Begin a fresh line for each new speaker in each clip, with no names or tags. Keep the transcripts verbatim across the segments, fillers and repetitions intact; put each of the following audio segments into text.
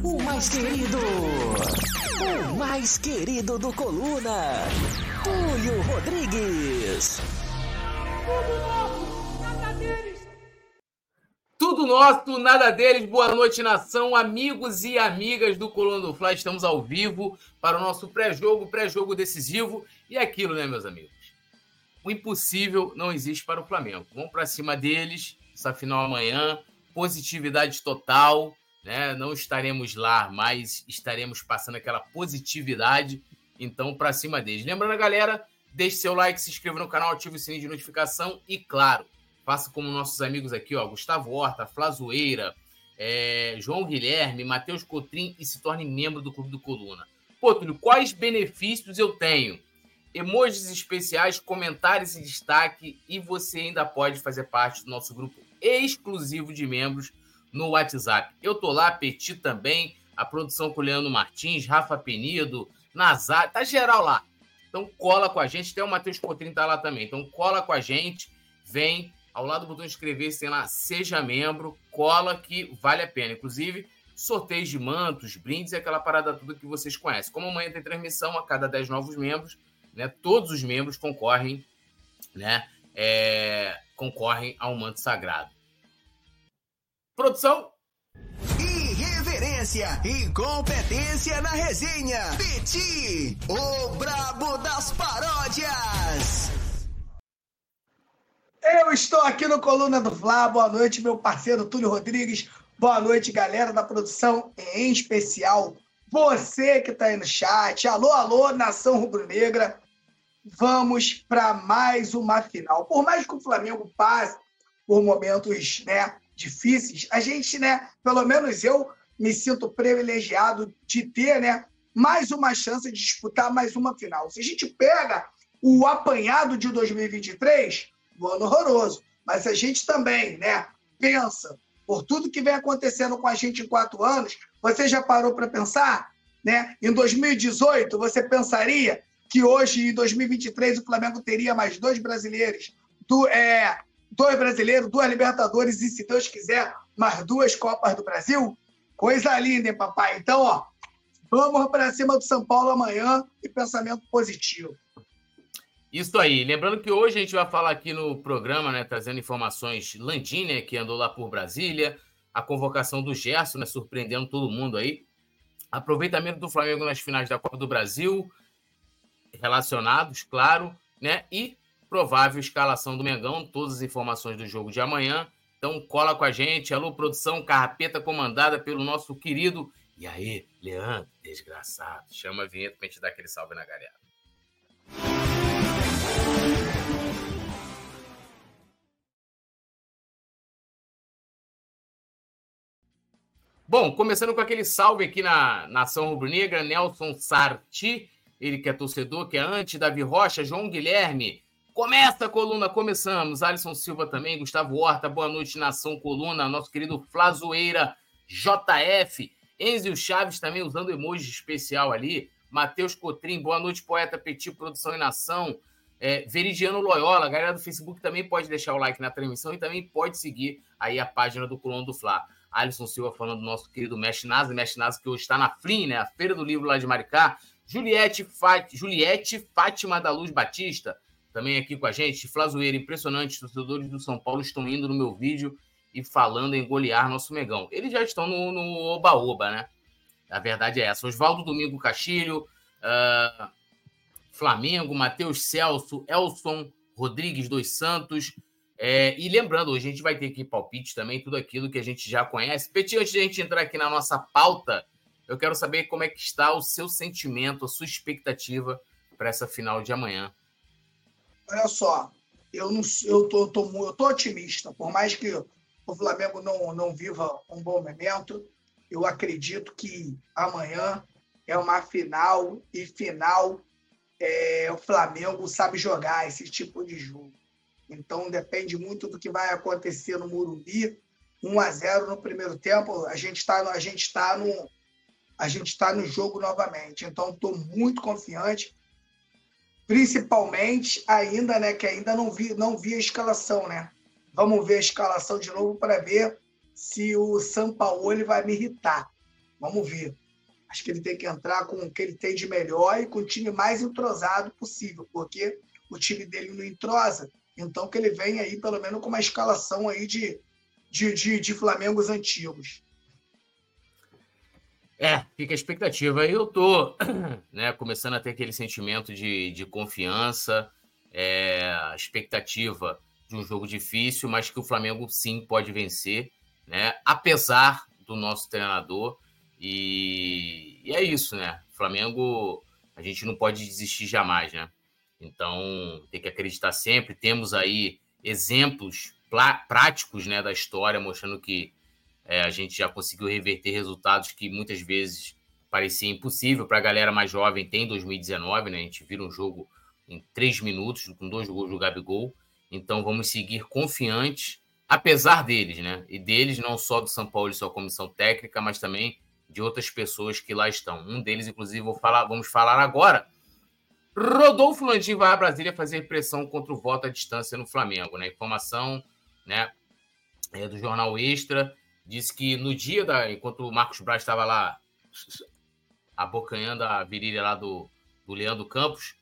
O mais querido, o mais querido do Coluna, Túlio Rodrigues.
Tudo nosso, nada deles. Tudo nosso, nada deles. Boa noite, nação, amigos e amigas do Coluna do Fla. Estamos ao vivo para o nosso pré-jogo, pré-jogo decisivo. E é aquilo, né, meus amigos? O impossível não existe para o Flamengo. Vamos para cima deles, essa final amanhã, positividade total, né? Não estaremos lá, mas estaremos passando aquela positividade. Então, para cima deles. Lembrando, galera, deixe seu like, se inscreva no canal, ative o sininho de notificação e, claro, faça como nossos amigos aqui, ó, Gustavo Horta, Flazoeira, é, João Guilherme, Matheus Cotrim, e se torne membro do Clube do Coluna. Pô, Túlio, quais benefícios eu tenho? Emojis especiais, comentários em destaque, e você ainda pode fazer parte do nosso grupo exclusivo de membros no WhatsApp. Eu tô lá, Petit também, a produção com o Leandro Martins, Rafa Penido, Nazar, tá geral lá. Então cola com a gente, até o Matheus Cotrim tá lá também. Então cola com a gente, vem, ao lado do botão inscrever-se, tem lá, seja membro, cola que vale a pena. Inclusive, sorteios de mantos, brindes e aquela parada toda que vocês conhecem. Como amanhã tem transmissão, a cada dez novos membros, né, todos os membros concorrem, né, é, concorrem ao manto sagrado. Produção.
Irreverência e competência na resenha. Petit, o brabo das paródias.
Eu estou aqui no Coluna do Fla. Boa noite, meu parceiro Túlio Rodrigues. Boa noite, galera da produção, em especial você que está aí no chat. Alô, alô, nação rubro-negra. Vamos para mais uma final. Por mais que o Flamengo passe por momentos, né, difíceis, a gente, né, pelo menos eu me sinto privilegiado de ter, né, mais uma chance de disputar mais uma final. Se a gente pega o apanhado de dois mil e vinte e três, um ano horroroso, mas a gente também, né, pensa por tudo que vem acontecendo com a gente em quatro anos, você já parou para pensar, né? Em dois mil e dezoito, você pensaria que hoje, em dois mil e vinte e três, o Flamengo teria mais dois brasileiros, do, é, dois brasileiros, duas Libertadores e, se Deus quiser, mais duas Copas do Brasil? Coisa linda, hein, papai? Então, ó, vamos para cima do São Paulo amanhã e pensamento positivo.
Isso aí. Lembrando que hoje a gente vai falar aqui no programa, né, trazendo informações, Landim, né, que andou lá por Brasília, a convocação do Gerson, né, surpreendendo todo mundo aí, aproveitamento do Flamengo nas finais da Copa do Brasil, relacionados, claro, né? E provável escalação do Mengão, todas as informações do jogo de amanhã. Então cola com a gente. Alô, produção, carrapeta comandada pelo nosso querido... E aí, Leandro, desgraçado. Chama a vinheta pra gente dar aquele salve na galera. Bom, começando com aquele salve aqui na nação rubro-negra, Nelson Sarti, ele que é torcedor, que é anti, Davi Rocha, João Guilherme. Começa a coluna, começamos. Alisson Silva também, Gustavo Horta, boa noite, nação coluna. Nosso querido Flazoeira, J F. Enzio Chaves também usando emoji especial ali. Matheus Cotrim, boa noite, poeta Petit, produção e nação. É, Veridiano Loyola, a galera do Facebook também pode deixar o like na transmissão e também pode seguir aí a página do Coluna do Fla. Alisson Silva falando do nosso querido Mestre Nasa, Mestre Nasa que hoje está na F L I M, né? A Feira do Livro lá de Maricá. Juliette, Fat... Juliette Fátima da Luz Batista, também aqui com a gente. Flazoeira, impressionante, os torcedores do São Paulo estão indo no meu vídeo e falando em golear nosso Megão. Eles já estão no, no oba-oba, né? A verdade é essa. Oswaldo Domingo Castilho, uh, Flamengo, Matheus Celso, Elson Rodrigues dos Santos. É, e lembrando, hoje a gente vai ter aqui palpite também, tudo aquilo que a gente já conhece. Petit, antes de a gente entrar aqui na nossa pauta, eu quero saber como é que está o seu sentimento, a sua expectativa para essa final de amanhã.
Olha só, eu, não, eu, tô, tô, eu tô otimista. Por mais que o Flamengo não, não viva um bom momento, eu acredito que amanhã é uma final e final é, o Flamengo sabe jogar esse tipo de jogo. Então depende muito do que vai acontecer no Morumbi. um a zero no primeiro tempo, a gente está a gente está no a gente está no jogo novamente. Então estou muito confiante, principalmente ainda, né, que ainda não vi não vi a escalação, né? Vamos ver a escalação de novo para ver se o Sampaoli vai me irritar. Vamos ver. Acho que ele tem que entrar com o que ele tem de melhor e com o time mais entrosado possível, porque o time dele não entrosa. Então, que ele venha aí, pelo menos, com uma escalação aí de, de, de, de Flamengos antigos.
É, fica a expectativa. Eu tô né, começando a ter aquele sentimento de, de confiança, é, a expectativa de um jogo difícil, mas que o Flamengo, sim, pode vencer, né? Apesar do nosso treinador. E, e é isso, né? O Flamengo, a gente não pode desistir jamais, né? Então, tem que acreditar sempre. Temos aí exemplos práticos, né, da história, mostrando que é, a gente já conseguiu reverter resultados que muitas vezes parecia impossível. Para a galera mais jovem, tem dois mil e dezenove, né? A gente vira um jogo em três minutos, com dois gols do Gabigol. Então, vamos seguir confiantes, apesar deles, né? E deles, não só do São Paulo e sua comissão técnica, mas também de outras pessoas que lá estão. Um deles, inclusive, vou falar, vamos falar agora. Rodolfo Landim vai a Brasília fazer pressão contra o voto à distância no Flamengo, né? Informação, né, é do Jornal Extra, disse que no dia da... Enquanto o Marcos Braz estava lá abocanhando a virilha lá do, do Leandro Campos,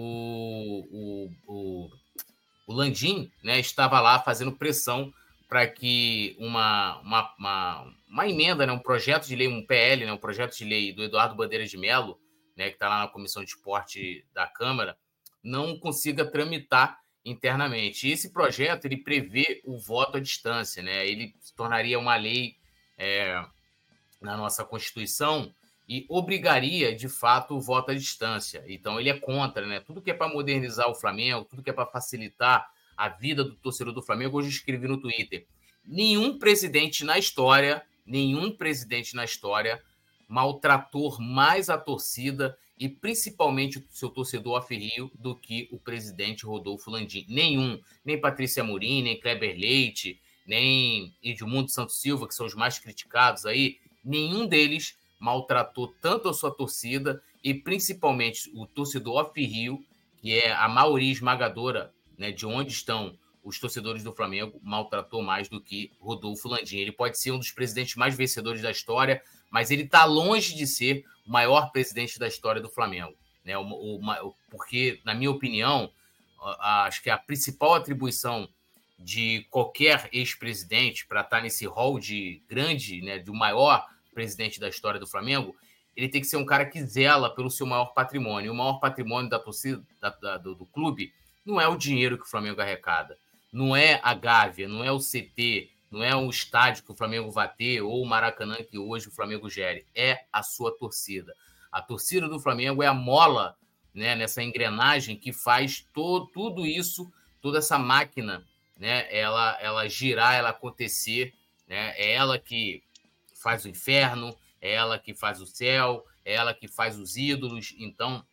o, o, o, o Landim, né, estava lá fazendo pressão para que uma, uma, uma, uma emenda, né, um projeto de lei, um P L, né, um projeto de lei do Eduardo Bandeira de Mello, né, que está lá na Comissão de Esporte da Câmara, não consiga tramitar internamente. E esse projeto, ele prevê o voto à distância, né? Ele se tornaria uma lei é, na nossa Constituição e obrigaria, de fato, o voto à distância. Então, ele é contra, né? Tudo que é para modernizar o Flamengo, tudo que é para facilitar a vida do torcedor do Flamengo. Hoje eu escrevi no Twitter, nenhum presidente na história, nenhum presidente na história maltratou mais a torcida e principalmente o seu torcedor afirrio do que o presidente Rodolfo Landim. Nenhum, nem Patrícia Amorim, nem Kleber Leite, nem Edmundo Santos Silva, que são os mais criticados aí, nenhum deles maltratou tanto a sua torcida e principalmente o torcedor afirrio, que é a maioria esmagadora, né, de onde estão os torcedores do Flamengo, maltratou mais do que Rodolfo Landim. Ele pode ser um dos presidentes mais vencedores da história, mas ele está longe de ser o maior presidente da história do Flamengo, né? O, o, porque, na minha opinião, acho que a principal atribuição de qualquer ex-presidente para estar nesse rol de grande, né, do maior presidente da história do Flamengo, ele tem que ser um cara que zela pelo seu maior patrimônio. E o maior patrimônio da torcida da, da, do, do clube não é o dinheiro que o Flamengo arrecada, não é a Gávea, não é o C T, não é um estádio que o Flamengo vai ter ou o Maracanã que hoje o Flamengo gere, é a sua torcida. A torcida do Flamengo é a mola, né, nessa engrenagem que faz todo, tudo isso, toda essa máquina, né, ela, ela girar, ela acontecer, né, é ela que faz o inferno, é ela que faz o céu, é ela que faz os ídolos. Então,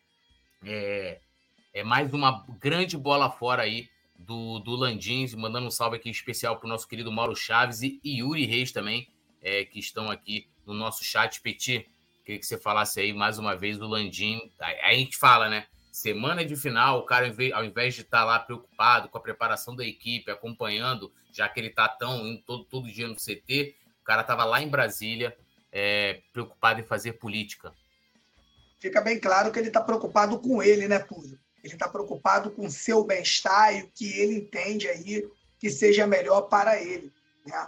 é, é mais uma grande bola fora aí do, do Landim, mandando um salve aqui especial para o nosso querido Mauro Chaves e, e Yuri Reis também, é, que estão aqui no nosso chat. Petit, queria que você falasse aí mais uma vez do Landim. Aí a gente fala, né? Semana de final, o cara, ao invés de estar lá preocupado com a preparação da equipe, acompanhando, já que ele está tão indo todo, todo dia no C T, o cara estava lá em Brasília, é, preocupado em fazer política.
Fica bem claro que ele está preocupado com ele, né, Túlio? Ele está preocupado com o seu bem-estar e o que ele entende aí que seja melhor para ele, né?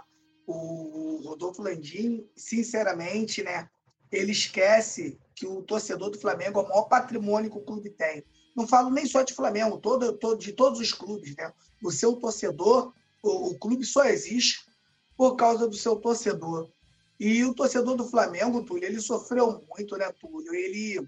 O Rodolfo Landim, sinceramente, né, ele esquece que o torcedor do Flamengo é o maior patrimônio que o clube tem. Não falo nem só de Flamengo, todo, todo, de todos os clubes, né? O seu torcedor, o, o clube só existe por causa do seu torcedor. E o torcedor do Flamengo, Túlio, ele sofreu muito, né, Túlio? Ele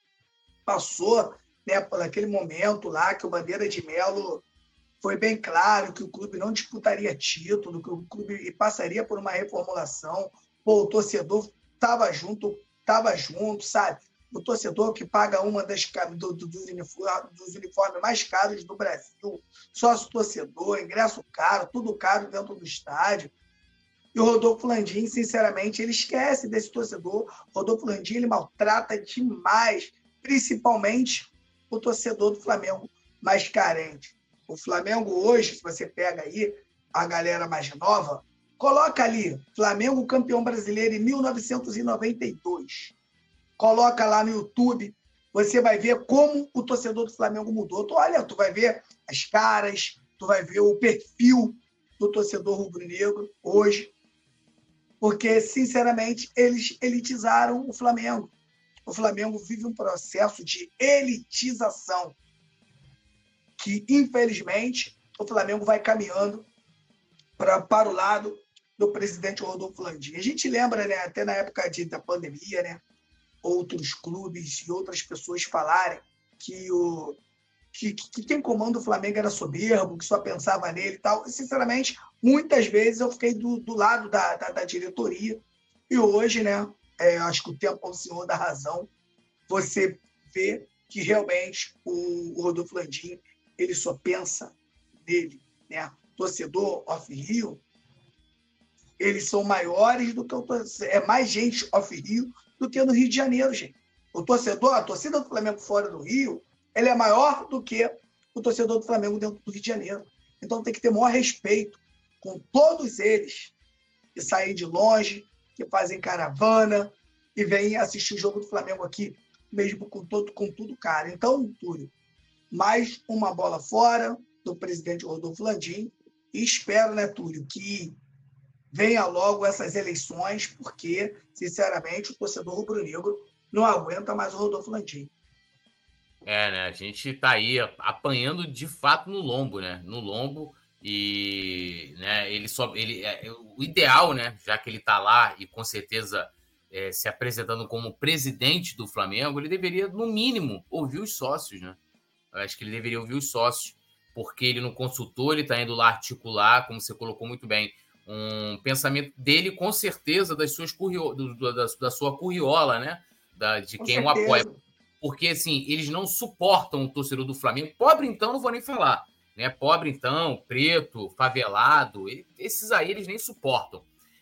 passou, né, por aquele momento lá que o Bandeira de Mello foi bem claro que o clube não disputaria título, que o clube passaria por uma reformulação. Pô, o torcedor estava junto, estava junto, sabe? O torcedor que paga uma das do, do, dos, uniformes, dos uniformes mais caros do Brasil, sócio torcedor, ingresso caro, tudo caro dentro do estádio. E o Rodolfo Landim, sinceramente, ele esquece desse torcedor. O Rodolfo Landim, ele maltrata demais, principalmente o torcedor do Flamengo mais carente. O Flamengo hoje, se você pega aí a galera mais nova, Coloca ali, Flamengo campeão brasileiro em mil novecentos e noventa e dois. Coloca lá no YouTube, você vai ver como o torcedor do Flamengo mudou. Tu, olha, tu vai ver as caras, tu vai ver o perfil do torcedor rubro-negro hoje, porque, sinceramente, eles elitizaram o Flamengo. O Flamengo vive um processo de elitização que, infelizmente, o Flamengo vai caminhando pra, para o lado do presidente Rodolfo Landim. A gente lembra, né, até na época de, da pandemia, né, outros clubes e outras pessoas falarem que, o, que, que quem comanda o Flamengo era soberbo, que só pensava nele e tal. E, sinceramente, muitas vezes eu fiquei do, do lado da, da, da diretoria. E hoje, né, é, acho que o tempo é o senhor da razão. Você vê que realmente o, o Rodolfo Landim, ele só pensa nele, né? Torcedor off-Rio, eles são maiores do que o torcedor. É mais gente off-Rio do que no Rio de Janeiro, gente. O torcedor, a torcida do Flamengo fora do Rio, ele é maior do que o torcedor do Flamengo dentro do Rio de Janeiro. Então tem que ter maior respeito com todos eles que saem de longe, que fazem caravana e vêm assistir o jogo do Flamengo aqui, mesmo com, todo, com tudo caro. Então, Túlio, mais uma bola fora do presidente Rodolfo Landim e espero, né, Túlio, que venha logo essas eleições, porque, sinceramente, o torcedor rubro-negro não aguenta mais o Rodolfo Landim.
É, né? A gente tá aí apanhando de fato no lombo, né? No lombo e, né? Ele só, ele, é, o ideal, né? Já que ele tá lá e com certeza é, se apresentando como presidente do Flamengo, ele deveria, no mínimo, ouvir os sócios, né? Eu acho que ele deveria ouvir os sócios, porque ele não consultou, ele tá indo lá articular, como você colocou muito bem, um pensamento dele, com certeza, das suas currio... do, da, da sua curriola, né? Da, de
Com
quem
certeza.
o apoia. Porque, assim, eles não suportam o torcedor do Flamengo. Pobre, então, não vou nem falar. Né? Pobre, então, preto, favelado, esses aí eles nem suportam.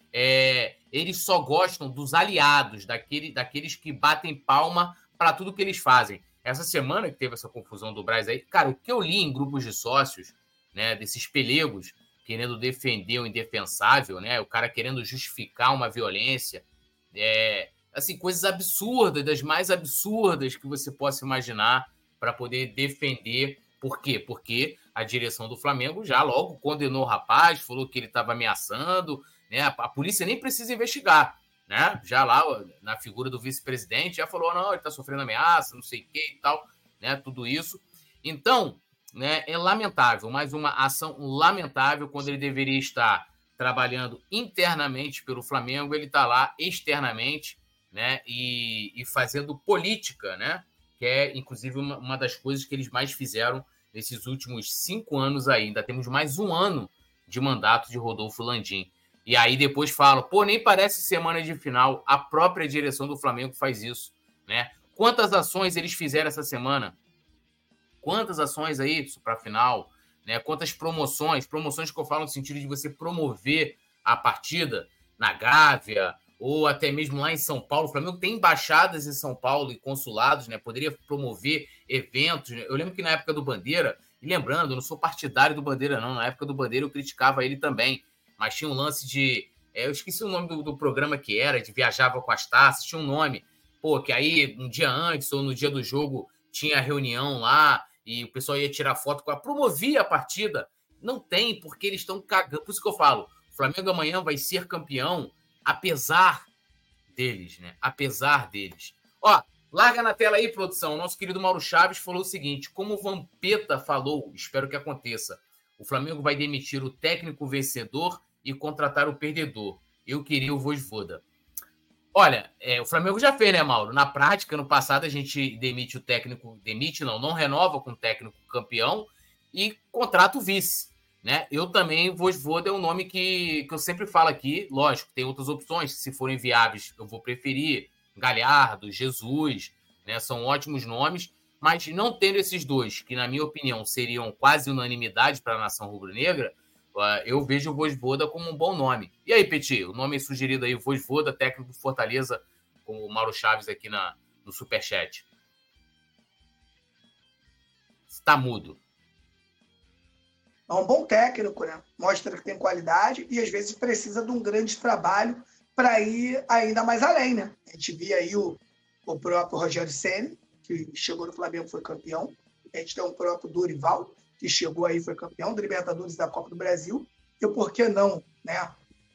É, eles só gostam dos aliados, daquele, daqueles que batem palma para tudo que eles fazem. Essa semana que teve essa confusão do Braz aí, cara, o que eu li em grupos de sócios, né, desses pelegos, querendo defender o indefensável, né? O cara querendo justificar uma violência. É, assim, coisas absurdas, das mais absurdas que você possa imaginar para poder defender. Por quê? Porque a direção do Flamengo já logo condenou o rapaz, falou que ele estava ameaçando, né? A, a polícia nem precisa investigar, né? Já lá, na figura do vice-presidente, já falou, não, ele está sofrendo ameaça, não sei o que e tal, né? Tudo isso. Então, né, é lamentável, mais uma ação lamentável quando ele deveria estar trabalhando internamente pelo Flamengo, ele está lá externamente, né, e, e fazendo política, né, que é, inclusive, uma, uma das coisas que eles mais fizeram nesses últimos cinco anos aí. Ainda temos mais um ano de mandato de Rodolfo Landim. E aí depois falam, pô, nem parece semana de final, a própria direção do Flamengo faz isso, né? Quantas ações eles fizeram essa semana? Quantas ações aí para a final, né? Quantas promoções, promoções que eu falo no sentido de você promover a partida na Gávea ou até mesmo lá em São Paulo. O Flamengo tem embaixadas em São Paulo e consulados, né? Poderia promover eventos. Eu lembro que na época do Bandeira, e lembrando, eu não sou partidário do Bandeira, não. Na época do Bandeira eu criticava ele também, mas tinha um lance de... É, eu esqueci o nome do, do programa que era, de Viajava com as Taças, tinha um nome. Pô, que aí um dia antes ou no dia do jogo tinha reunião lá, e o pessoal ia tirar foto com a... Promovia a partida. Não tem, porque eles estão cagando. Por isso que eu falo, o Flamengo amanhã vai ser campeão, apesar deles, né? Apesar deles. Ó, larga na tela aí, produção. O nosso querido Mauro Chaves falou o seguinte, como o Vampeta falou, espero que aconteça, o Flamengo vai demitir o técnico vencedor e contratar o perdedor. Eu queria o Vojvoda. Olha, é, o Flamengo já fez, né, Mauro? Na prática, no passado, a gente demite o técnico, demite não, não renova com o técnico campeão e contrata o vice, né? Eu também, Vojvoda é um nome que, que eu sempre falo aqui, lógico, tem outras opções, se forem viáveis eu vou preferir, Galhardo, Jesus, né? São ótimos nomes, mas não tendo esses dois, que na minha opinião seriam quase unanimidade para a nação rubro-negra, eu vejo o Vojvoda como um bom nome. E aí, Petit, o nome sugerido aí, Vojvoda, técnico do Fortaleza, com o Mauro Chaves aqui na, no Superchat. Está mudo.
É um bom técnico, né? Mostra que tem qualidade e às vezes precisa de um grande trabalho para ir ainda mais além, né? A gente via aí o, o próprio Rogério Ceni, que chegou no Flamengo e foi campeão. A gente tem o próprio Dorival, que chegou aí e foi campeão da Libertadores da Copa do Brasil. E por que não, né?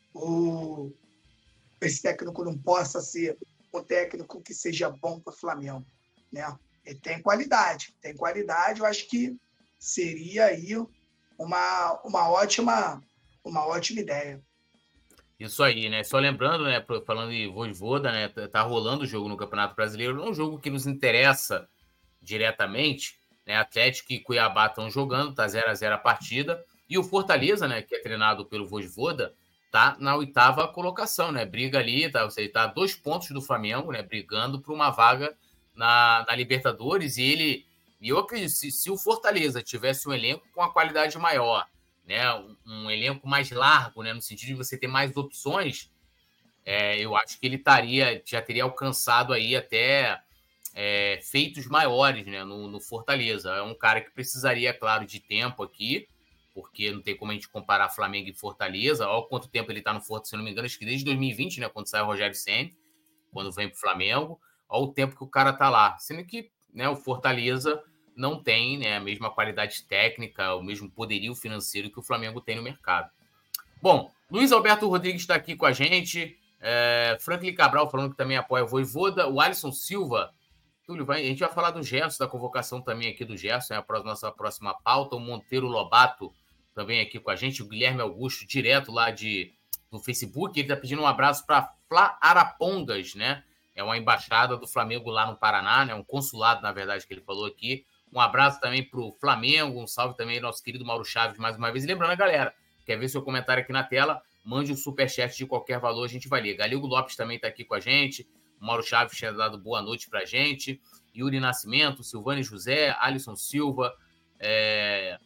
O, esse técnico não possa ser um técnico que seja bom para o Flamengo, né? Ele tem qualidade, tem qualidade. Eu acho que seria aí uma, uma, ótima, uma ótima ideia.
Isso aí, né? Só lembrando, né? Falando de Vojvoda, né? Tá rolando o jogo no Campeonato Brasileiro, não é um jogo que nos interessa diretamente, né? Atlético e Cuiabá estão jogando, tá zero a zero a partida. E o Fortaleza, né? Que é treinado pelo Vojvoda, tá na oitava colocação, né? Briga ali, tá? Você tá a dois pontos do Flamengo, né? Brigando por uma vaga na, na Libertadores. E ele, e eu acredito, se, se o Fortaleza tivesse um elenco com uma qualidade maior, né, um, um elenco mais largo, né, no sentido de você ter mais opções, é, eu acho que ele estaria, já teria alcançado aí até é, feitos maiores, né, no, no Fortaleza. É um cara que precisaria, claro, de tempo aqui, porque não tem como a gente comparar Flamengo e Fortaleza. Olha quanto tempo ele está no Fortaleza, se não me engano, acho que desde dois mil e vinte, né, quando sai o Rogério Ceni, quando vem para o Flamengo. Olha o tempo que o cara está lá. Sendo que, né, o Fortaleza não tem, né, a mesma qualidade técnica, o mesmo poderio financeiro que o Flamengo tem no mercado. Bom, Luiz Alberto Rodrigues está aqui com a gente, é, Franklin Cabral falando que também apoia o Vojvoda, o Alisson Silva, Túlio, vai, a gente vai falar do Gerson, da convocação também aqui do Gerson, é a nossa próxima pauta, o Monteiro Lobato também aqui com a gente, o Guilherme Augusto, direto lá de, do Facebook, ele está pedindo um abraço para Flá Arapongas, né, é uma embaixada do Flamengo lá no Paraná, né, um consulado, na verdade, que ele falou aqui. Um abraço também para o Flamengo, um salve também ao nosso querido Mauro Chaves mais uma vez. E lembrando a galera, quer ver seu comentário aqui na tela, mande um superchat de qualquer valor, a gente vai ler. Galego Lopes também está aqui com a gente, o Mauro Chaves tinha dado boa noite para a gente, Yuri Nascimento, Silvane José, Alisson Silva, é...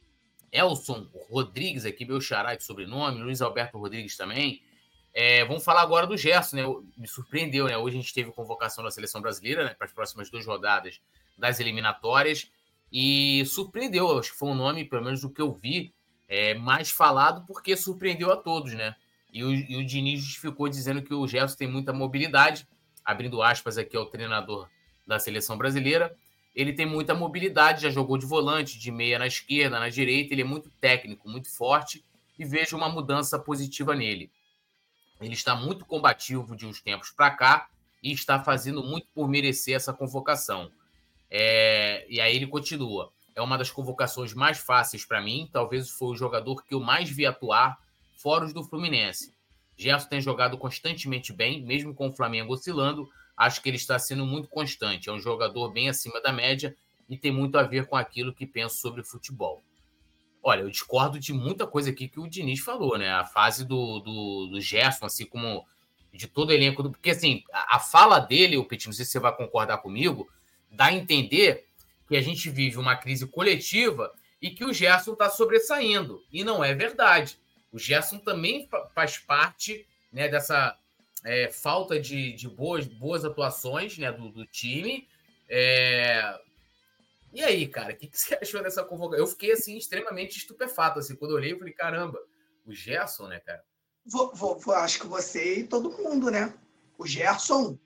Elson Rodrigues aqui, meu xará de sobrenome, Luiz Alberto Rodrigues também. É, vamos falar agora do Gerson, né? Me surpreendeu, né? Hoje a gente teve convocação da Seleção Brasileira, né? Para as próximas duas rodadas das eliminatórias, e surpreendeu, acho que foi um nome, pelo menos do que eu vi, é, mais falado, porque surpreendeu a todos, né? E o, e o Diniz justificou dizendo que o Gerson tem muita mobilidade, abrindo aspas aqui ao treinador da Seleção Brasileira, ele tem muita mobilidade, já jogou de volante, de meia na esquerda, na direita, ele é muito técnico, muito forte, e vejo uma mudança positiva nele. Ele está muito combativo de uns tempos para cá, e está fazendo muito por merecer essa convocação. É, e aí ele continua. É uma das convocações mais fáceis para mim. Talvez foi o jogador que eu mais vi atuar fora os do Fluminense. Gerson tem jogado constantemente bem, mesmo com o Flamengo oscilando. Acho que ele está sendo muito constante. É um jogador bem acima da média e tem muito a ver com aquilo que penso sobre futebol. Olha, eu discordo de muita coisa aqui que o Diniz falou, né? A fase do, do, do Gerson, assim como de todo o elenco. Do... Porque, assim, a, a fala dele, o Petit, não sei se você vai concordar comigo, dá a entender que a gente vive uma crise coletiva e que o Gerson está sobressaindo. E não é verdade. O Gerson também faz parte, né, dessa é, falta de, de boas, boas atuações, né, do, do time. É... E aí, cara, o que, que você achou dessa convocação? Eu fiquei, assim, extremamente estupefato. Assim, quando eu olhei, eu falei, caramba, o Gerson, né, cara?
Vou, vou, vou, acho que você e todo mundo, né? O Gerson,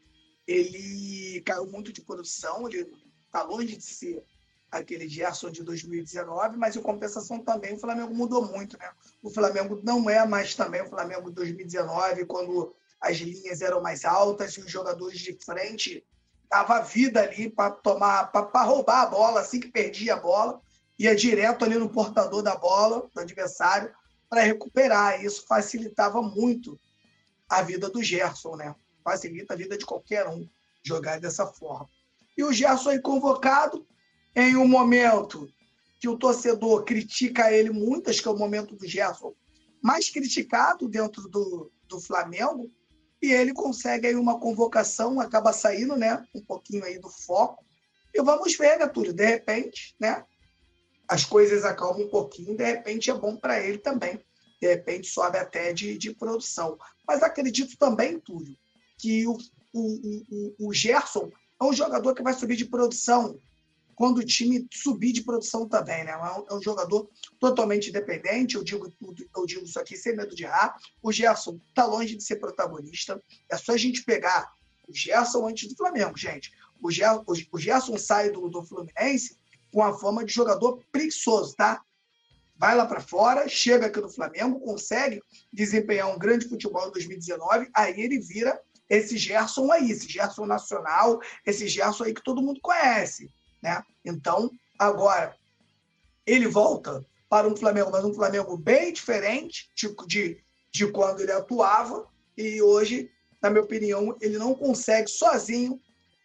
ele caiu muito de produção, ele está longe de ser aquele Gerson de dois mil e dezenove, mas em compensação também o Flamengo mudou muito, né? O Flamengo não é mais também o Flamengo de dois mil e dezenove, quando as linhas eram mais altas e os jogadores de frente davam vida ali para tomar, para roubar a bola, assim que perdia a bola, ia direto ali no portador da bola, do adversário, para recuperar. Isso facilitava muito a vida do Gerson, né? Facilita a vida de qualquer um jogar dessa forma. E o Gerson aí convocado em um momento que o torcedor critica ele muito, acho que é o momento do Gerson mais criticado dentro do, do Flamengo, e ele consegue aí uma convocação, acaba saindo, né, um pouquinho aí do foco, e vamos ver, né, Túlio, de repente, né, as coisas acalmam um pouquinho, de repente é bom para ele também, de repente sobe até de, de produção. Mas acredito também, Túlio, que o, o, o, o Gerson é um jogador que vai subir de produção quando o time subir de produção também, né? É um, é um jogador totalmente independente, eu digo tudo, eu digo isso aqui sem medo de errar. O Gerson está longe de ser protagonista. É só a gente pegar o Gerson antes do Flamengo, gente. O Gerson, o Gerson sai do, do Fluminense com a fama de jogador preguiçoso, tá? Vai lá para fora, chega aqui no Flamengo, consegue desempenhar um grande futebol em dois mil e dezenove, aí ele vira esse Gerson aí, esse Gerson nacional, esse Gerson aí que todo mundo conhece, né? Então, agora, ele volta para um Flamengo, mas um Flamengo bem diferente tipo de, de quando ele atuava, e hoje, na minha opinião, ele não consegue sozinho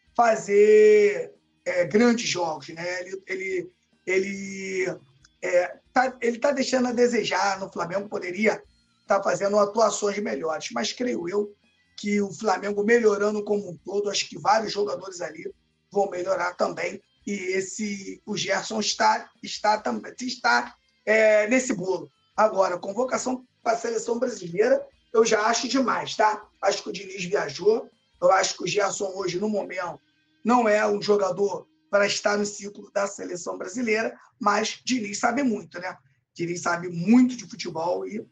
fazer é, grandes jogos, né? Ele, ele, ele, é, tá, ele tá deixando a desejar no Flamengo, poderia estar tá fazendo atuações melhores, mas creio eu que o Flamengo melhorando como um todo, acho que vários jogadores ali vão melhorar também, e esse, o Gerson está, está, está é, nesse bolo. Agora, convocação para a seleção brasileira, eu já acho demais, tá? Acho que o Diniz viajou, eu acho que o Gerson hoje, no momento, não é um jogador para estar no ciclo da seleção brasileira, mas Diniz sabe muito, né? Diniz sabe muito de futebol e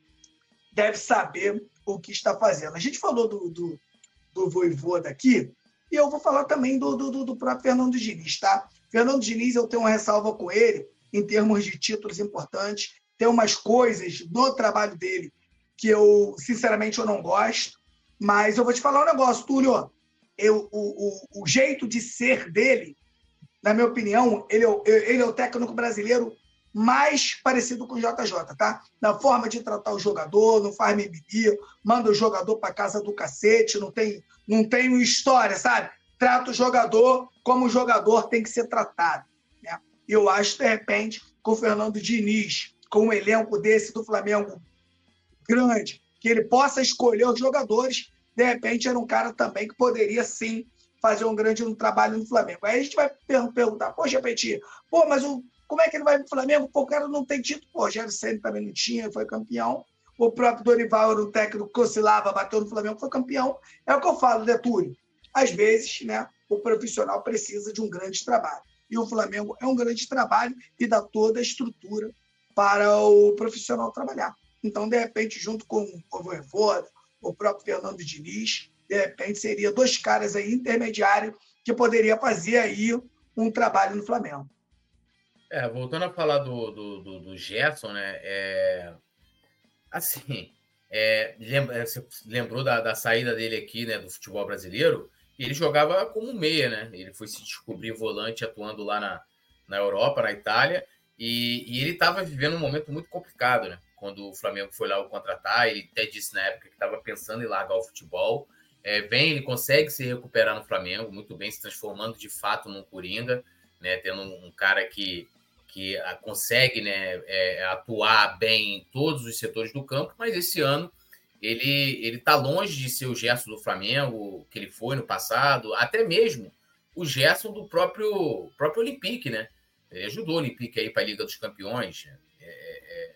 deve saber o que está fazendo. A gente falou do, do, do Vojvoda aqui, e eu vou falar também do, do, do próprio Fernando Diniz, tá? Fernando Diniz, eu tenho uma ressalva com ele, em termos de títulos importantes, tem umas coisas do trabalho dele que eu, sinceramente, eu não gosto, mas eu vou te falar um negócio, Túlio, eu, o, o, o jeito de ser dele, na minha opinião, ele, ele é o técnico brasileiro mais parecido com o J J, tá? Na forma de tratar o jogador, não faz mimimi, manda o jogador para casa do cacete, não tem, não tem história, sabe? Trata o jogador como o jogador tem que ser tratado, né? Eu acho, de repente, com o Fernando Diniz, com um elenco desse do Flamengo grande, que ele possa escolher os jogadores, de repente era um cara também que poderia, sim, fazer um grande trabalho no Flamengo. Aí a gente vai perguntar, poxa, Petit, pô, mas o como é que ele vai para o Flamengo? Pô, o cara não tem título. Pô, o Rogério Ceni também não tinha, foi campeão. O próprio Dorival era um técnico que oscilava, bateu no Flamengo, foi campeão. É o que eu falo, né, Túlio? Às vezes, né, o profissional precisa de um grande trabalho. E o Flamengo é um grande trabalho e dá toda a estrutura para o profissional trabalhar. Então, de repente, junto com o Vojvoda, o próprio Fernando Diniz, de repente, seria dois caras aí intermediários que poderia fazer aí um trabalho no Flamengo.
É, voltando a falar do, do, do, do Gerson, né? É, assim, é, lembra, você lembrou da, da saída dele aqui, né, do futebol brasileiro? Ele jogava como meia, né? Ele foi se descobrir volante atuando lá na, na Europa, na Itália, e, e ele estava vivendo um momento muito complicado, né? Quando o Flamengo foi lá o contratar, ele até disse na época que estava pensando em largar o futebol. É, vem, ele consegue se recuperar no Flamengo, muito bem, se transformando de fato num coringa, né? Tendo um, um cara que que consegue, né, é, atuar bem em todos os setores do campo, mas esse ano ele ele está longe de ser o Gerson do Flamengo, que ele foi no passado, até mesmo o Gerson do próprio, próprio Olympique, né? Ele ajudou o Olympique aí para a Liga dos Campeões. É, é,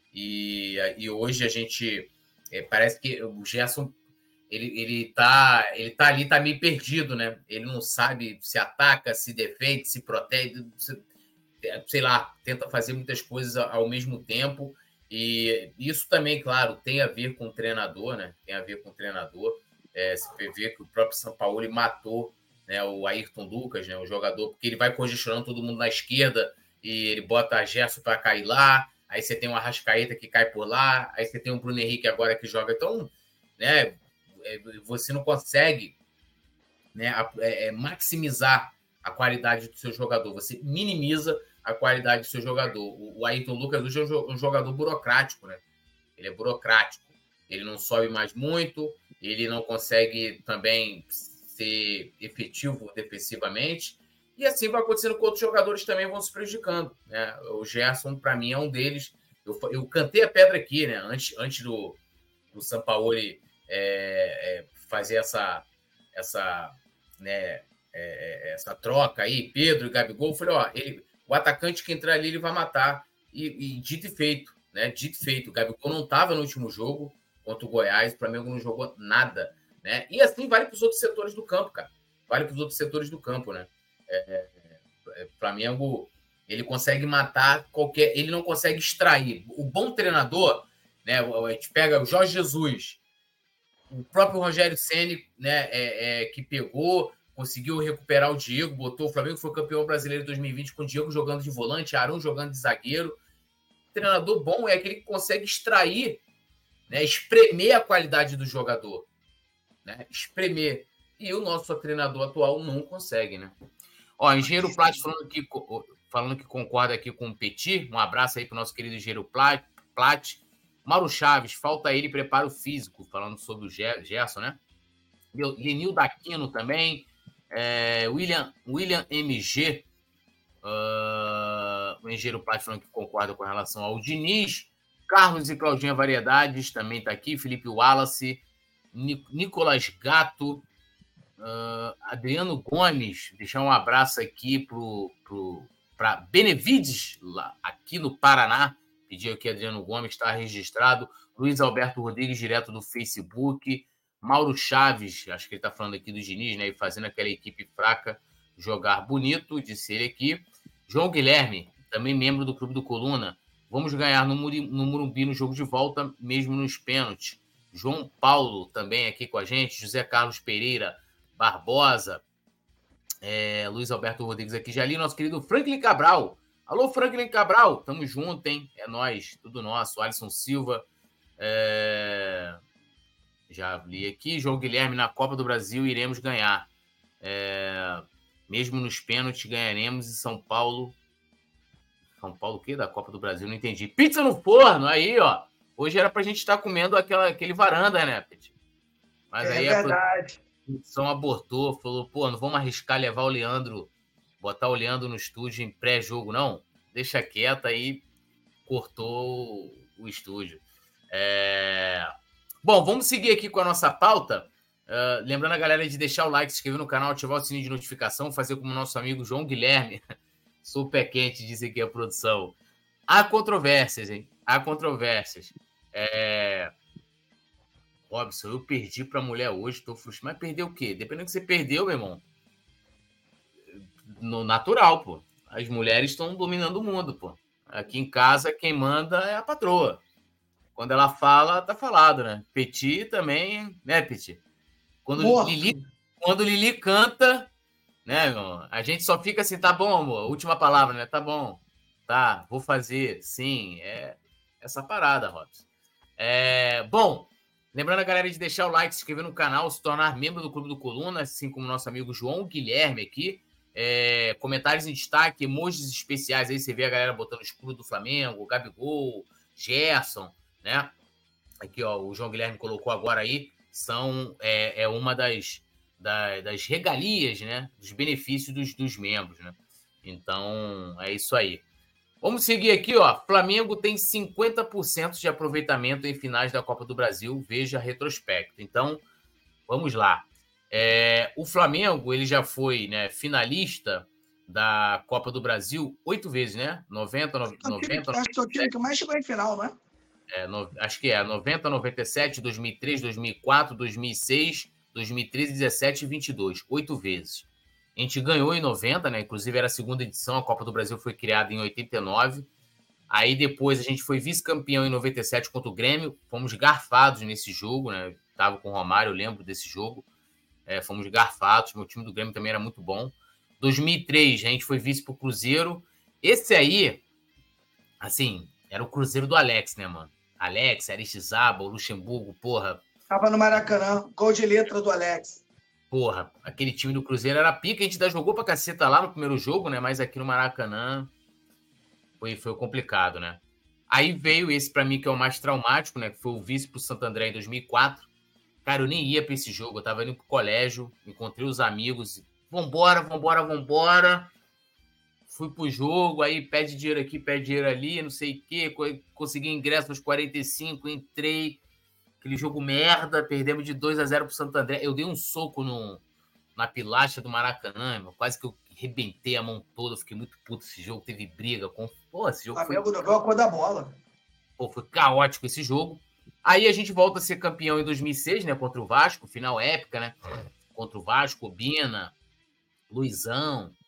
e, e hoje a gente é, parece que o Gerson ele, ele, tá, ele tá ali, tá meio perdido, né? Ele não sabe se ataca, se defende, se protege, se, sei lá, tenta fazer muitas coisas ao mesmo tempo, e isso também, claro, tem a ver com o treinador, né? Tem a ver com o treinador. É, você vê que o próprio Sampaoli matou, né, o Ayrton Lucas, né, o jogador, porque ele vai congestionando todo mundo na esquerda e ele bota a Gerson para cair lá, aí você tem o Arrascaeta que cai por lá, aí você tem o Bruno Henrique agora que joga. Então, né, você não consegue, né, é, é, maximizar a qualidade do seu jogador, você minimiza a qualidade do seu jogador. O Ayrton Lucas hoje é um jogador burocrático, né? Ele é burocrático. Ele não sobe mais muito, ele não consegue também ser efetivo defensivamente, e assim vai acontecendo com outros jogadores também vão se prejudicando, né? O Gerson, para mim, é um deles. Eu, eu cantei a pedra aqui, né? Antes, antes do, do Sampaoli é, é, fazer essa, essa, né, é, essa troca aí, Pedro e Gabigol, eu falei, ó, ele, o atacante que entrar ali, ele vai matar. E, e dito e feito, né? Dito e feito. O Gabigol não estava no último jogo contra o Goiás, o Flamengo não jogou nada, né? E assim vale para os outros setores do campo, cara. Vale para os outros setores do campo, né? É, O Flamengo, ele consegue matar qualquer... Ele não consegue extrair. O bom treinador, né? A gente pega o Jorge Jesus, o próprio Rogério Ceni, né? É, é, que pegou, conseguiu recuperar o Diego, botou o Flamengo, foi campeão brasileiro em dois mil e vinte com o Diego jogando de volante, Arão jogando de zagueiro. O treinador bom é aquele que consegue extrair, né? Espremer a qualidade do jogador. Né? Espremer. E o nosso treinador atual não consegue, né? Ó, Engenheiro Plat falando que, falando que concorda aqui com o Petit. Um abraço aí pro nosso querido Engenheiro Plat. Plat. Mauro Chaves, falta ele preparo físico, falando sobre o Gerson, né? Lenildo Aquino também. É, William, William M G. Uh, o Engenheiro Plat falando que concorda com relação ao Diniz. Carlos e Claudinha Variedades também tá aqui. Felipe Wallace. Nicolas Gato. Uh, Adriano Gomes, deixar um abraço aqui pro, pro, para Benevides, lá, aqui no Paraná. Pediu aqui Adriano Gomes, está registrado. Luiz Alberto Rodrigues, direto do Facebook. Mauro Chaves, acho que ele está falando aqui do Diniz, né? E fazendo aquela equipe fraca jogar bonito, disse ele aqui. João Guilherme, também membro do Clube do Coluna. Vamos ganhar no, Muri, no Morumbi no jogo de volta, mesmo nos pênaltis. João Paulo também aqui com a gente. José Carlos Pereira Barbosa. É, Luiz Alberto Rodrigues aqui. Já li nosso querido Franklin Cabral. Alô, Franklin Cabral. Tamo junto, hein? É nóis. Tudo nosso. Alisson Silva. É... Já li aqui. João Guilherme, na Copa do Brasil iremos ganhar. É... Mesmo nos pênaltis ganharemos. E São Paulo... São Paulo o quê? Da Copa do Brasil? Não entendi. Pizza no forno. Aí, ó. Hoje era pra gente estar comendo aquela, aquele varanda, né, Petit? Mas
é
aí
verdade.
A produção abortou. Falou, pô, não vamos arriscar levar o Leandro... Botar o Leandro no estúdio em pré-jogo, não. Deixa quieto, aí cortou o estúdio. É... Bom, vamos seguir aqui com a nossa pauta. Uh, lembrando a galera de deixar o like, se inscrever no canal, ativar o sininho de notificação, fazer como nosso amigo João Guilherme. Sou pé quente, diz aqui a produção. Há controvérsias, hein? Há controvérsias. É... Robson, eu perdi pra mulher hoje, tô frustrado. Mas perdeu o quê? Dependendo do que você perdeu, meu irmão. No natural, pô. As mulheres estão dominando o mundo, pô. Aqui em casa, quem manda é a patroa. Quando ela fala, tá falado, né? Petit também, né, Petit? Quando Lili, quando Lili canta, né, meu? A gente só fica assim, tá bom, amor. Última palavra, né? Tá bom. Tá, vou fazer. Sim, é essa parada, Robson. É, bom, lembrando a galera de deixar o like, se inscrever no canal, se tornar membro do Clube do Coluna, assim como nosso amigo João Guilherme aqui. É, comentários em destaque, emojis especiais aí, você vê a galera botando o escudo do Flamengo, Gabigol, Gerson, né? Aqui, ó, o João Guilherme colocou agora aí, são, é, é uma das, das, das regalias, né? Dos benefícios dos, dos membros, né? Então, é isso aí. Vamos seguir aqui, ó. Flamengo tem cinquenta por cento de aproveitamento em finais da Copa do Brasil, veja retrospecto. Então, vamos lá. É, o Flamengo, ele já foi, né, finalista da Copa do Brasil oito vezes, né? noventa, noventa, noventa.
Acho que é o time que mais chegou em final, né?
É, no, acho que é noventa, noventa e sete, dois mil e três, dois mil e quatro, dois mil e seis, dois mil e treze, dezessete e vinte e dois. Oito vezes. A gente ganhou em noventa, né? Inclusive era a segunda edição, a Copa do Brasil foi criada em oitenta e nove. Aí depois a gente foi vice-campeão em noventa e sete contra o Grêmio. Fomos garfados nesse jogo, né? Tava com o Romário, eu lembro desse jogo. É, fomos garfados, meu time do Grêmio também era muito bom. dois mil e três, a gente foi vice pro Cruzeiro. Esse aí, assim, era o Cruzeiro do Alex, né, mano? Alex, Aristizábal, Luxemburgo, porra.
Tava no Maracanã, gol de letra do Alex.
Porra, aquele time do Cruzeiro era pica, a gente ainda jogou pra caceta lá no primeiro jogo, né? Mas aqui no Maracanã foi, foi complicado, né? Aí veio esse pra mim que é o mais traumático, né? Que foi o vice pro Santo André em dois mil e quatro. Cara, eu nem ia pra esse jogo, eu tava indo pro colégio, encontrei os amigos, vambora, vambora, vambora. Fui pro jogo, aí pede dinheiro aqui, pede dinheiro ali, não sei o quê, consegui ingresso nos quarenta e cinco, entrei, aquele jogo merda, perdemos de dois a zero pro Santo André. Eu dei um soco no, na pilastra do Maracanã, meu, quase que eu rebentei a mão toda, fiquei muito puto esse jogo, teve briga com... Pô, esse jogo foi...
Flamengo não viu a cor da bola.
Pô, foi caótico esse jogo. Aí a gente volta a ser campeão em dois mil e seis, né? Contra o Vasco, final épica, né? Contra o Vasco, Bina, Luizão,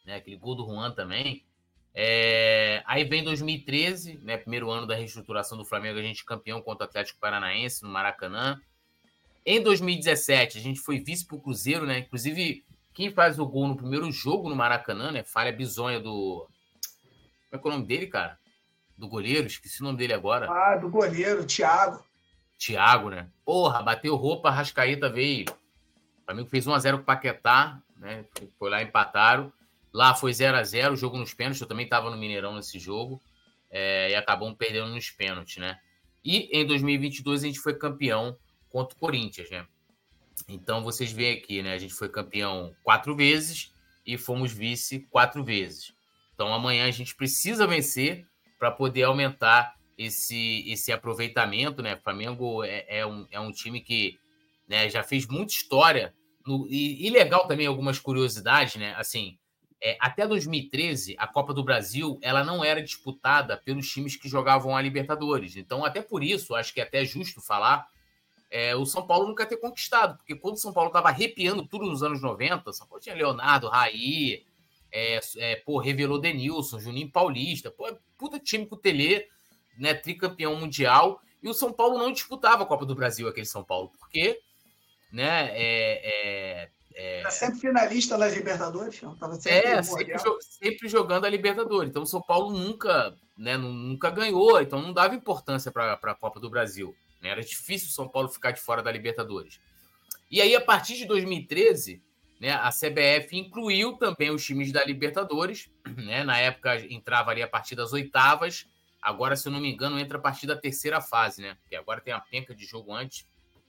né? Aquele gol do Juan também. É... Aí vem dois mil e treze, né? Primeiro ano da reestruturação do Flamengo, a gente campeão contra o Atlético Paranaense no Maracanã. Em dois mil e dezessete, a gente foi vice pro Cruzeiro, né? Inclusive, quem faz o gol no primeiro jogo no Maracanã, né? Falha bizonha do... Como é que é o nome dele, cara? Do goleiro, esqueci o nome dele agora.
Ah, do goleiro, Thiago.
Thiago, né? Porra, bateu roupa, Arrascaeta veio. O Flamengo fez um a zero com o Paquetá, né? Foi lá, empataram. Lá foi zero a zero, o jogo nos pênaltis. Eu também estava no Mineirão nesse jogo. É, e acabamos perdendo nos pênaltis, né? E em dois mil e vinte e dois a gente foi campeão contra o Corinthians, né? Então vocês veem aqui, né? A gente foi campeão quatro vezes e fomos vice quatro vezes. Então amanhã a gente precisa vencer para poder aumentar esse, esse aproveitamento, né? O Flamengo é, é, um, é um time que, né, já fez muita história. No, e, e legal também algumas curiosidades, né? Assim, é, até dois mil e treze, a Copa do Brasil ela não era disputada pelos times que jogavam a Libertadores. Então, até por isso, acho que é até justo falar, é, o São Paulo nunca ter conquistado. Porque quando o São Paulo estava arrepiando tudo nos anos noventa, o São Paulo tinha Leonardo, Raí, é, é, pô, revelou Denilson, Juninho Paulista, pô, puta time com o Telê, né, tricampeão mundial, e o São Paulo não disputava a Copa do Brasil, aquele São Paulo, porque, né, é... é, é...
Era sempre finalista das Libertadores, não? Tava sempre,
é, sempre, jo sempre jogando a Libertadores, então o São Paulo nunca, né, nunca ganhou, então não dava importância para a Copa do Brasil, né? Era difícil o São Paulo ficar de fora da Libertadores. E aí, a partir de dois mil e treze, né, a C B F incluiu também os times da Libertadores, né? Na época entrava ali a partir das oitavas. Agora, se eu não me engano, entra a partir da terceira fase, né? Porque agora tem uma penca de jogo antes.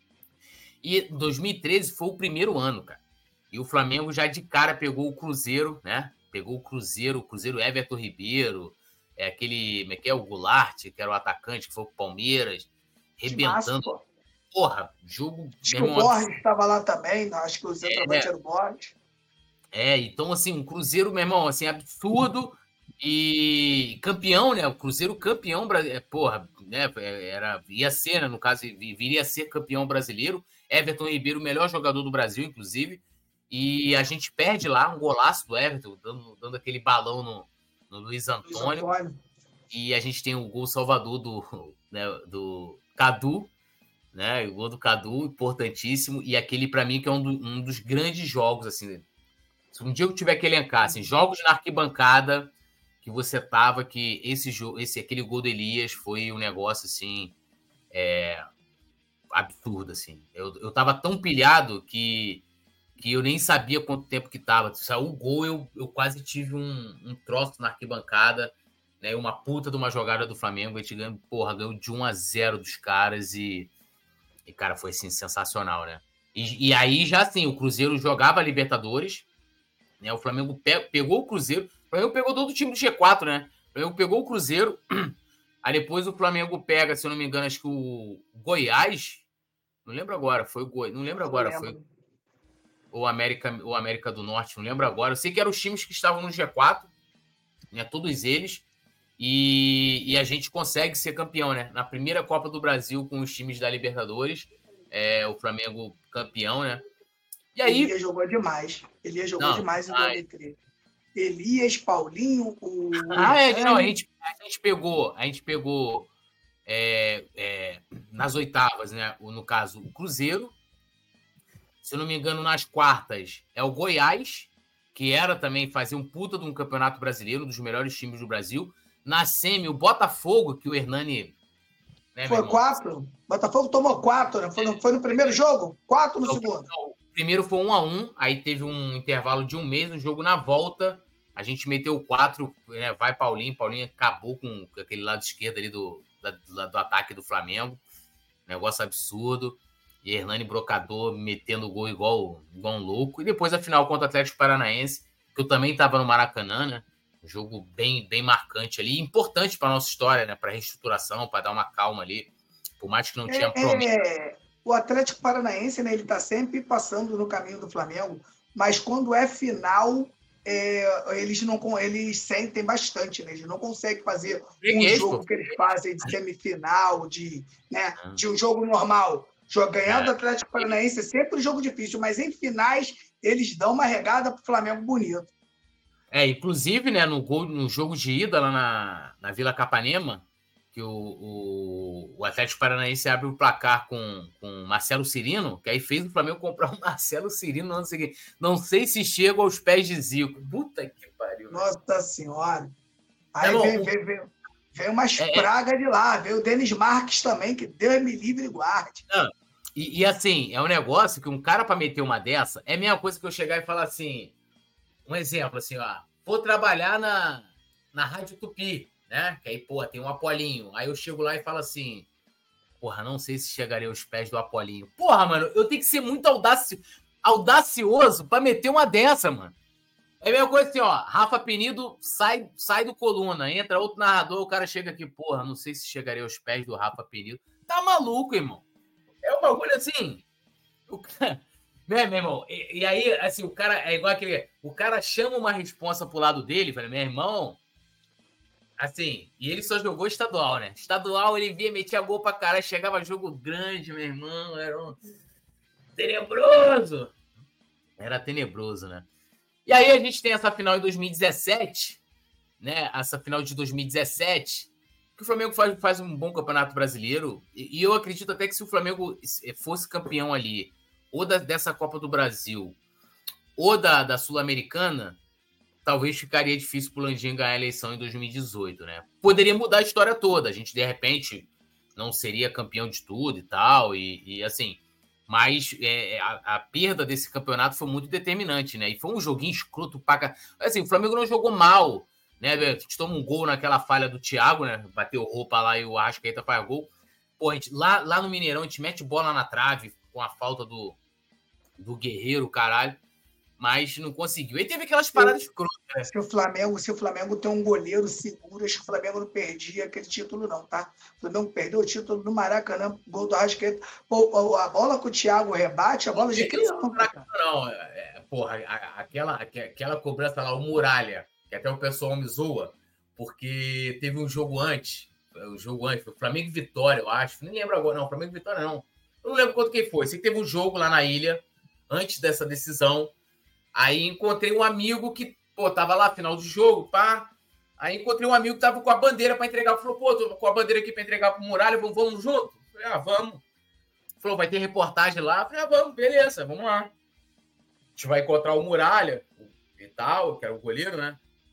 E dois mil e treze foi o primeiro ano, cara. E o Flamengo já de cara pegou o Cruzeiro, né? Pegou o Cruzeiro, o Cruzeiro Everton Ribeiro, é aquele, como é que é, o Goulart, que era o atacante, que foi pro Palmeiras, rebentando. Porra, jogo...
Acho que o Borges estava lá também, acho que o centroavante
é,
era o Borges.
É, então, assim, um Cruzeiro, meu irmão, assim, absurdo. E campeão, né? O Cruzeiro campeão, porra, né? Era, ia ser, né? No caso, viria a ser campeão brasileiro. Everton Ribeiro, o melhor jogador do Brasil, inclusive. E a gente perde lá um golaço do Everton, dando, dando aquele balão no, no Luiz Antônio. Luiz Antônio. E a gente tem o gol salvador do, né, do Cadu, né? O gol do Cadu, importantíssimo. E aquele, para mim, que é um, do, um dos grandes jogos, assim. Se um dia eu tiver que elencar, assim, jogos na arquibancada que você tava, que esse jogo, esse, aquele gol do Elias foi um negócio, assim, é, absurdo, assim. Eu, eu tava tão pilhado que, que eu nem sabia quanto tempo que tava. Saiu o gol, eu, eu quase tive um, um troço na arquibancada, né? Uma puta de uma jogada do Flamengo. A gente ganhou, porra, ganhou de um a zero dos caras e, e cara, foi, assim, sensacional, né? E, e aí, já assim, o Cruzeiro jogava Libertadores, né? O Flamengo pe pegou o Cruzeiro. O Flamengo pegou todo o time do G quatro, né? O Flamengo pegou o Cruzeiro. Aí depois o Flamengo pega, se eu não me engano, acho que o Goiás. Não lembro agora. Foi o Goiás. Não lembro agora. Foi o América, o América do Norte. Não lembro agora. Eu sei que eram os times que estavam no G quatro, né? Todos eles. E, e a gente consegue ser campeão, né? Na primeira Copa do Brasil com os times da Libertadores. É, o Flamengo campeão, né? E aí...
Elias jogou demais. Elias jogou não, demais em dois mil e treze. Elias, Paulinho, o...
Ah, é, não, a gente, a gente pegou, a gente pegou é, é, nas oitavas, né? No caso, o Cruzeiro. Se eu não me engano, nas quartas é o Goiás, que era também fazer um puta de um campeonato brasileiro, um dos melhores times do Brasil. Na semi, o Botafogo, que o Hernani...
Né, foi quatro? Botafogo tomou quatro, né? Foi no, foi no primeiro jogo? Quatro no não, segundo?
Não, o primeiro foi um a um, aí teve um intervalo de um mês, no jogo na volta, a gente meteu quatro, né? Vai Paulinho, Paulinho acabou com aquele lado esquerdo ali do, do, do ataque do Flamengo, negócio absurdo, e Hernani Brocador metendo gol igual, igual um louco, e depois a final contra o Atlético Paranaense, que eu também estava no Maracanã, né? Um jogo bem, bem marcante ali, importante para a nossa história, né? Para reestruturação, para dar uma calma ali, por mais que não tinha
é,
promessa.
É, o Atlético Paranaense, né, ele está sempre passando no caminho do Flamengo, mas quando é final, é, eles, não, eles sentem bastante, né? Eles não conseguem fazer um é jogo que eles fazem de semifinal, de, né, é. de um jogo normal. Ganhar do Atlético Paranaense é sempre um jogo difícil, mas em finais eles dão uma regada para o Flamengo bonito.
É, inclusive, né, no, gol, no jogo de ida lá na, na Vila Capanema, que o, o, o Atlético Paranaense abre o placar com o Marcelo Cirino, que aí fez o Flamengo comprar o Marcelo Cirino no ano seguinte. Não sei se chega aos pés de Zico. Puta que pariu.
Nossa né? Senhora. Aí
é,
vem,
bom,
vem, vem, vem umas
é,
pragas de lá. Veio o Denis Marques também, que Deus me livre e guarde.
Não, e, e assim, é um negócio que um cara para meter uma dessa é a mesma coisa que eu chegar e falar assim, um exemplo assim, ó, vou trabalhar na, na Rádio Tupi, né? Que aí, porra, tem um Apolinho. Aí eu chego lá e falo assim, porra, não sei se chegarei aos pés do Apolinho. Porra, mano, eu tenho que ser muito audaci... audacioso para meter uma dessa, mano. É a mesma coisa assim, ó, Rafa Penido sai, sai do Coluna, entra outro narrador, o cara chega aqui, porra, não sei se chegarei aos pés do Rafa Penido. Tá maluco, irmão. É um bagulho assim. O cara... Né, meu irmão? E, e aí, assim, o cara é igual aquele. O cara chama uma responsa pro lado dele, fala, meu irmão. Assim, e ele só jogou estadual, né? Estadual, ele via, metia gol pra caralho, chegava jogo grande, meu irmão. Era um. Tenebroso! Era tenebroso, né? E aí a gente tem essa final em dois mil e dezessete, né? Essa final de dois mil e dezessete. Que o Flamengo faz, faz um bom campeonato brasileiro, e, e eu acredito até que se o Flamengo fosse campeão ali, ou da, dessa Copa do Brasil, ou da, da Sul-Americana, talvez ficaria difícil pro Landim ganhar a eleição em dois mil e dezoito, né? Poderia mudar a história toda, a gente, de repente, não seria campeão de tudo e tal, e, e assim, mas é, a, a perda desse campeonato foi muito determinante, né? E foi um joguinho escroto pra cá. Assim, o Flamengo não jogou mal, né? A gente toma um gol naquela falha do Thiago, né? Bateu roupa lá e o Arrascaeta faz gol. Pô, a gente, lá, lá no Mineirão, a gente mete bola na trave com a falta do, do Guerreiro, caralho, mas não conseguiu. Aí teve aquelas paradas escrotas, né?
Se o Flamengo, se o Flamengo tem um goleiro seguro, acho que o Flamengo não perdia aquele título, não, tá? O Flamengo perdeu o título no Maracanã, gol do Arrascaeta. Pô, a bola que o Thiago rebate, a bola de criança.
Não, não, é, porra, aquela, aquela cobrança lá, o Muralha, que até o pessoal me zoa, porque teve um jogo antes, o jogo antes, foi Flamengo e Vitória, eu acho, nem lembro agora, não, Flamengo e Vitória não, eu não lembro quanto que foi, sei que teve um jogo lá na ilha, antes dessa decisão, aí encontrei um amigo que, pô, tava lá, final do jogo, pá, aí encontrei um amigo que tava com a bandeira para entregar, falou, pô, tô com a bandeira aqui para entregar pro Muralha, vamos, vamos junto? Eu falei, ah, vamos. Falou, vai ter reportagem lá, eu falei, ah, vamos, beleza, vamos lá. A gente vai encontrar o Muralha e tal, que era o goleiro, né?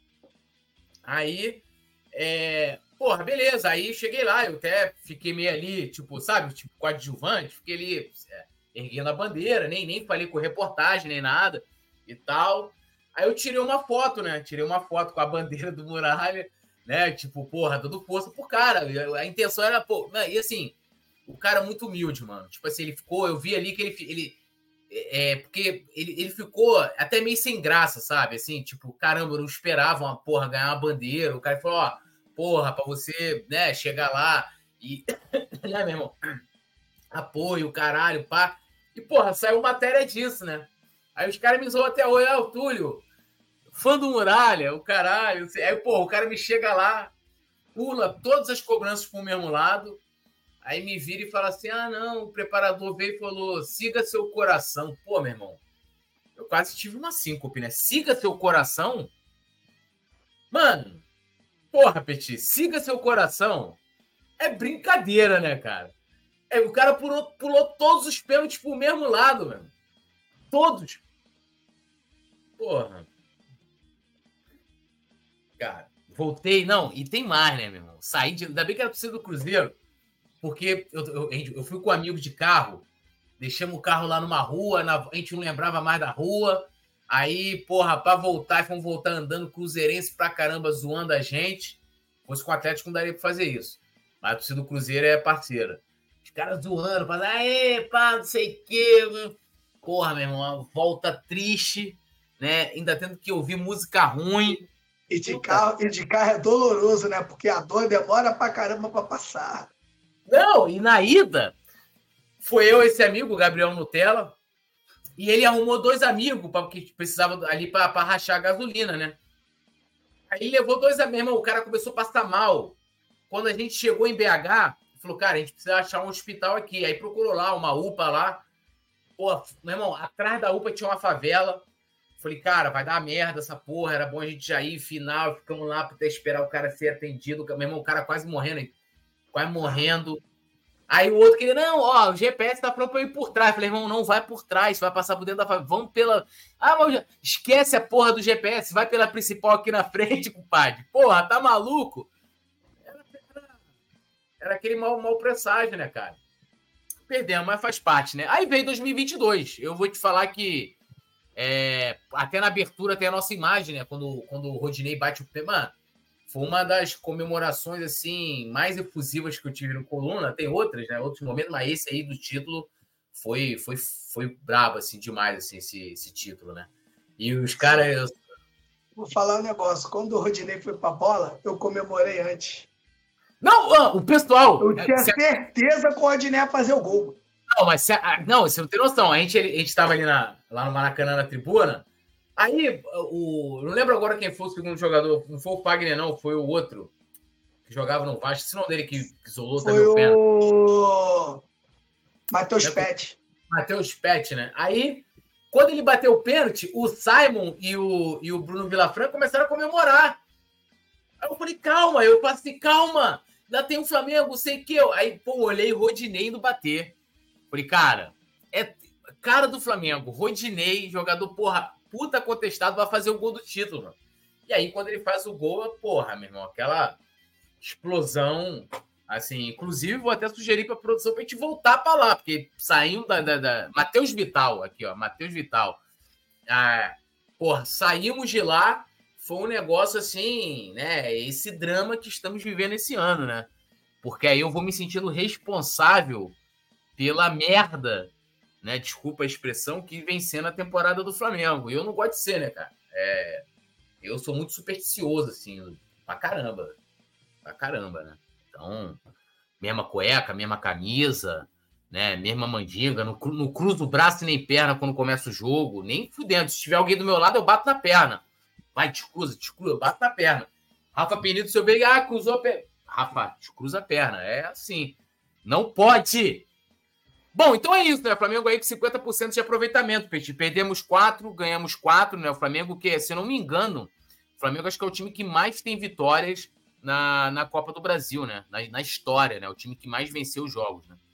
Aí, é... porra, beleza. Aí cheguei lá, eu até fiquei meio ali, tipo, sabe, tipo, coadjuvante, fiquei ali é, erguendo a bandeira, nem, nem falei com reportagem, nem nada e tal. Aí eu tirei uma foto, né? Tirei uma foto com a bandeira do Muralha, né? Tipo, porra, dando força pro cara. A intenção era, pô, e assim, o cara muito humilde, mano. Tipo assim, ele ficou, eu vi ali que ele. ele É, porque ele, ele ficou até meio sem graça, sabe? Assim, tipo, caramba, eu não esperava uma porra ganhar uma bandeira. O cara falou, ó, porra, pra você, né, chegar lá e, né, meu irmão, apoio, caralho, pá. E, porra, saiu matéria disso, né? Aí os caras me zoam até hoje, ah, o Túlio, fã do Muralha, o caralho. Aí, porra, o cara me chega lá, pula todas as cobranças pro mesmo lado. Aí me vira e fala assim, ah, não, o preparador veio e falou, siga seu coração. Pô, meu irmão, eu quase tive uma síncope, né? Siga seu coração? Mano, porra, Petit, siga seu coração? É brincadeira, né, cara? É, o cara pulou, pulou todos os pênaltis pro mesmo lado, mano. Todos. Porra. Cara, voltei, não, e tem mais, né, meu irmão? Saí de... Ainda bem que era torcida do Cruzeiro. Porque eu, eu, eu fui com um amigo de carro, deixamos o carro lá numa rua, na, a gente não lembrava mais da rua. Aí, porra, pra voltar, fomos voltar andando cruzeirense pra caramba, zoando a gente. Se fosse com o Atlético, não daria pra fazer isso. Mas a torcida do Cruzeiro é parceira. Os caras zoando, falando, aê, pá, não sei o quê. Porra, meu irmão, uma volta triste, né? Ainda tendo que ouvir música ruim.
E de, carro, e de carro é doloroso, né? Porque a dor demora pra caramba pra passar.
Não, e na ida, foi eu, esse amigo, o Gabriel Nutella, e ele arrumou dois amigos que precisavam ali para rachar a gasolina, né? Aí levou dois amigos, o cara começou a passar mal. Quando a gente chegou em B H, falou, cara, a gente precisa achar um hospital aqui. Aí procurou lá, uma U P A lá. Pô, meu irmão, atrás da U P A tinha uma favela. falei, cara, vai dar merda essa porra, era bom a gente já ir, final, ficamos lá para até esperar o cara ser atendido, meu irmão, o cara quase morrendo, quase morrendo. Aí o outro queria, não, ó, o G P S tá pronto pra ir por trás. Eu falei, irmão, não vai por trás, vai passar por dentro da favela. Vamos pela... Ah, mas esquece a porra do G P S, vai pela principal aqui na frente, compadre. Porra, tá maluco? Era, era, era aquele mau, mau presságio, né, cara? Perdemos, mas faz parte, né? Aí veio dois mil e vinte e dois. Eu vou te falar que é, até na abertura tem a nossa imagem, né? Quando, quando o Rodinei bate o pé, mano, foi uma das comemorações, assim, mais efusivas que eu tive no Coluna. Tem outras, né? Outros momentos, mas esse aí do título foi, foi, foi brabo, assim, demais, assim, esse, esse título, né? E os caras...
Vou falar um negócio. Quando o Rodinei foi pra bola, eu comemorei antes.
Não, o pessoal...
Eu tinha se... certeza que o Rodinei ia fazer o gol.
Não, mas... Se... Não, você não tem noção. A gente, a gente tava ali na, lá no Maracanã, na tribuna... Aí, o, não lembro agora quem foi o segundo jogador. Não foi o Fagner, não. Foi o outro que jogava no Vasco. Esse não dele que isolou
foi
também o pênalti.
o Matheus Pet.
Matheus Pet, né? Aí, quando ele bateu o pênalti, o Simon e o, e o Bruno Vilafranca começaram a comemorar. Aí eu falei, calma. Eu passei, calma. Ainda tem o Flamengo, sei que eu. Aí, pô, olhei o Rodinei indo bater. Falei, cara, é cara do Flamengo. Rodinei, jogador, porra... puta contestado, vai fazer o gol do título, mano. E aí, quando ele faz o gol, porra, meu irmão, aquela explosão, assim, inclusive, vou até sugerir pra produção pra gente voltar pra lá, porque saiu da... da, da... Matheus Vital, aqui, ó, Matheus Vital. Ah, porra, saímos de lá, foi um negócio, assim, né, esse drama que estamos vivendo esse ano, né? Porque aí eu vou me sentindo responsável pela merda, né, desculpa a expressão, que vem sendo a temporada do Flamengo. E eu não gosto de ser, né, cara? É, eu sou muito supersticioso, assim, pra caramba. Pra caramba, né? Então, mesma cueca, mesma camisa, né, mesma mandinga, não, não cruzo o braço e nem perna quando começa o jogo, nem fudendo. Se tiver alguém do meu lado, eu bato na perna. Vai, descruza, descruza, eu bato na perna. Rafa Penido, seu bem, ah, cruzou a perna. Rafa, descruza a perna. É assim. Não pode... Bom, então é isso, né? O Flamengo aí com cinquenta por cento de aproveitamento, Peixe. Perdemos quatro, ganhamos quatro, né? O Flamengo, que, se eu não me engano, o Flamengo acho que é o time que mais tem vitórias na, na Copa do Brasil, né? Na, na história, né? O time que mais venceu os jogos, né?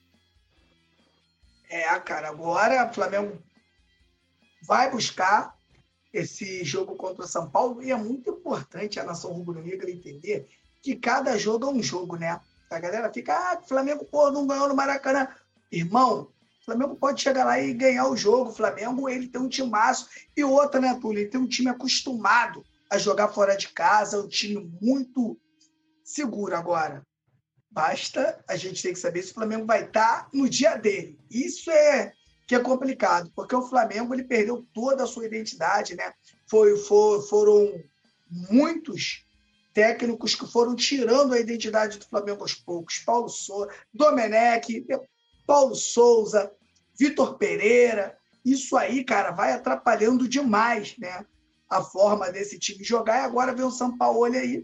É, cara, agora o Flamengo vai buscar esse jogo contra o São Paulo e é muito importante a nação rubro-negra entender que cada jogo é um jogo, né? A galera fica, ah, o Flamengo, pô, não ganhou no Maracanã. Irmão, o Flamengo pode chegar lá e ganhar o jogo. O Flamengo, ele tem um timaço. E outra, né, Túlio? Ele tem um time acostumado a jogar fora de casa, um time muito seguro agora. Basta a gente ter que saber se o Flamengo vai estar no dia dele. Isso é que é complicado, porque o Flamengo ele perdeu toda a sua identidade, né? Foi, foi, foram muitos técnicos que foram tirando a identidade do Flamengo aos poucos. Paulo Souza, Domenech, Paulo Souza, Vitor Pereira, isso aí, cara, vai atrapalhando demais, né? A forma desse time jogar. E agora vem o Sampaoli aí,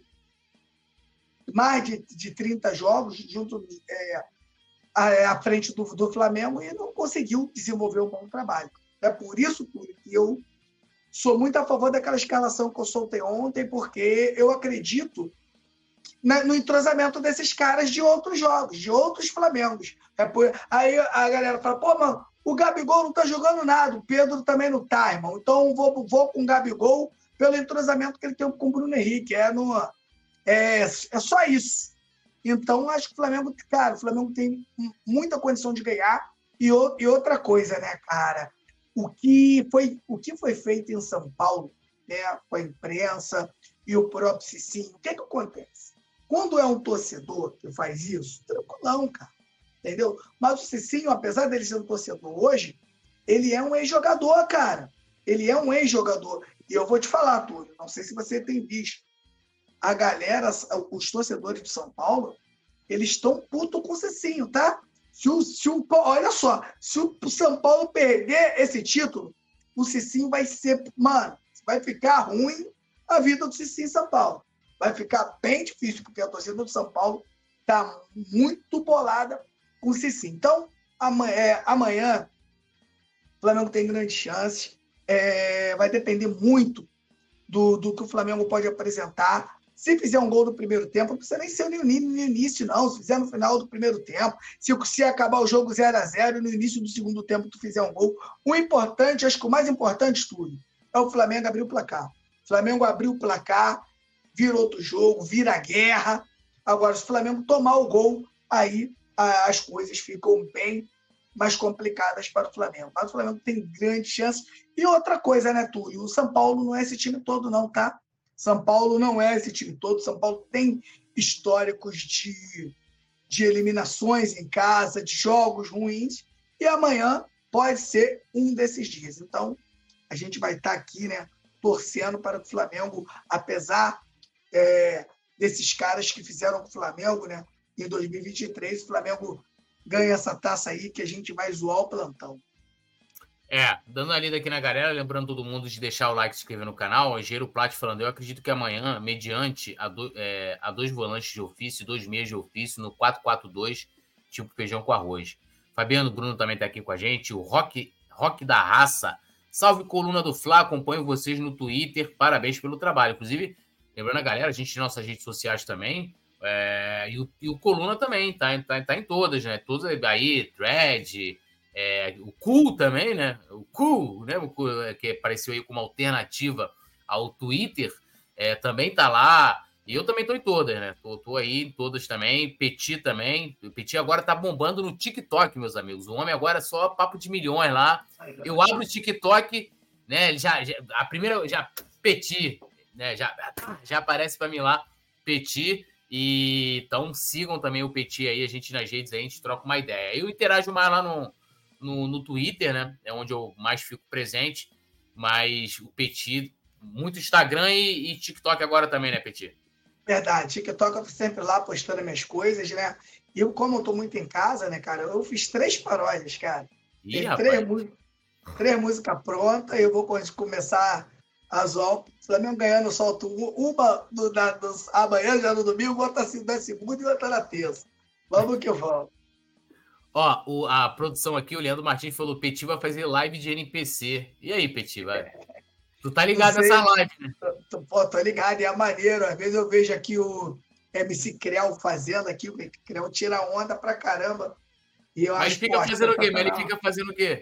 mais de, de trinta jogos junto é, à, à frente do, do Flamengo e não conseguiu desenvolver um bom trabalho. É por isso Túlio, que eu sou muito a favor daquela escalação que eu soltei ontem, porque eu acredito no entrosamento desses caras de outros jogos, de outros Flamengos. É por... Aí a galera fala, pô, mano, o Gabigol não tá jogando nada, o Pedro também não tá, irmão. Então vou, vou com o Gabigol pelo entrosamento que ele tem com o Bruno Henrique. É, no... é, é só isso. Então, acho que o Flamengo, cara, o Flamengo tem muita condição de ganhar. E, o... e outra coisa, né, cara? O que foi, o que foi feito em São Paulo, né, com a imprensa e o próprio Cicinho, o que é que acontece? Quando é um torcedor que faz isso, tranquilão, cara. Entendeu? Mas o Cicinho, apesar dele ser um torcedor hoje, ele é um ex-jogador, cara. Ele é um ex-jogador. E eu vou te falar, Túlio, não sei se você tem visto. A galera, os torcedores de São Paulo, eles estão putos com o Cicinho, tá? Se o, se o, olha só, se o São Paulo perder esse título, o Cicinho vai ser... Mano, vai ficar ruim a vida do Cicinho em São Paulo. Vai ficar bem difícil, porque a torcida do São Paulo está muito bolada com o Cicinho. Então, amanhã, amanhã, o Flamengo tem grandes chances. é, vai depender muito do, do que o Flamengo pode apresentar. Se fizer um gol no primeiro tempo, não precisa nem ser no início, não. Se fizer no final do primeiro tempo, se, se acabar o jogo zero a zero, no início do segundo tempo tu fizer um gol. O importante, acho que o mais importante de tudo, é o Flamengo abrir o placar. O Flamengo abriu o placar, vira outro jogo, vira a guerra. Agora, se o Flamengo tomar o gol, aí as coisas ficam bem mais complicadas para o Flamengo. Mas o Flamengo tem grande chance. E outra coisa, né, Túlio? O São Paulo não é esse time todo, não, tá? São Paulo não é esse time todo. São Paulo tem históricos de, de eliminações em casa, de jogos ruins. E amanhã pode ser um desses dias. Então, a gente vai estar aqui, né, torcendo para que o Flamengo, apesar é, desses caras que fizeram com o Flamengo, né, em dois mil e vinte e três, o Flamengo ganha essa taça aí que a gente vai zoar o plantão.
É, dando uma lida aqui na galera, lembrando todo mundo de deixar o like e se inscrever no canal. O Engenheiro Plat falando, eu acredito que amanhã, mediante a, do, é, a dois volantes de ofício, dois meias de ofício, no quatro quatro dois, tipo feijão com arroz. Fabiano Bruno também tá aqui com a gente, o Rock, Rock da Raça. Salve, coluna do Fla, acompanho vocês no Twitter, parabéns pelo trabalho. Inclusive, lembrando a galera, a gente tem nossas redes sociais também, é, e, o, e o Coluna também, tá, tá, tá em todas, né? Todas aí, Thread... É, o Cool também, né? O Cool, né? O Cool, que apareceu aí como alternativa ao Twitter, é, também tá lá. E eu também tô em todas, né? Tô, tô aí em todas também. Petit também. O Petit agora tá bombando no TikTok, meus amigos. O homem agora é só papo de milhões lá. Eu abro o TikTok, né? Já, já, a primeira, já, Petit, né? Já, já aparece para mim lá, Petit. E então sigam também o Petit aí, a gente nas redes aí, a gente troca uma ideia. Eu interajo mais lá no. No, no Twitter, né? É onde eu mais fico presente. Mas o Petit, muito Instagram e, e TikTok agora também, né, Petit?
Verdade. TikTok eu tô sempre lá postando minhas coisas, né? E eu, como eu tô muito em casa, né, cara? Eu fiz três paródias, cara.
Ih,
Tem
rapaz.
três, três músicas prontas. Eu vou começar a zoar. O Flamengo ganhando, solto uma do, da, do, amanhã, já no domingo, outra na segunda e outra na terça. Vamos que vamos.
Ó, o, a produção aqui, o Leandro Martins falou, Petit vai fazer live de N P C. E aí, Petit, vai? Tu tá ligado nessa live, né?
Tô, pô, tô ligado, e é maneiro. Às vezes eu vejo aqui o M C Creu fazendo aqui, o Creu tira onda pra caramba. E eu
Mas
acho,
fica
pô,
fazendo o quê? Mas ele fica fazendo o quê?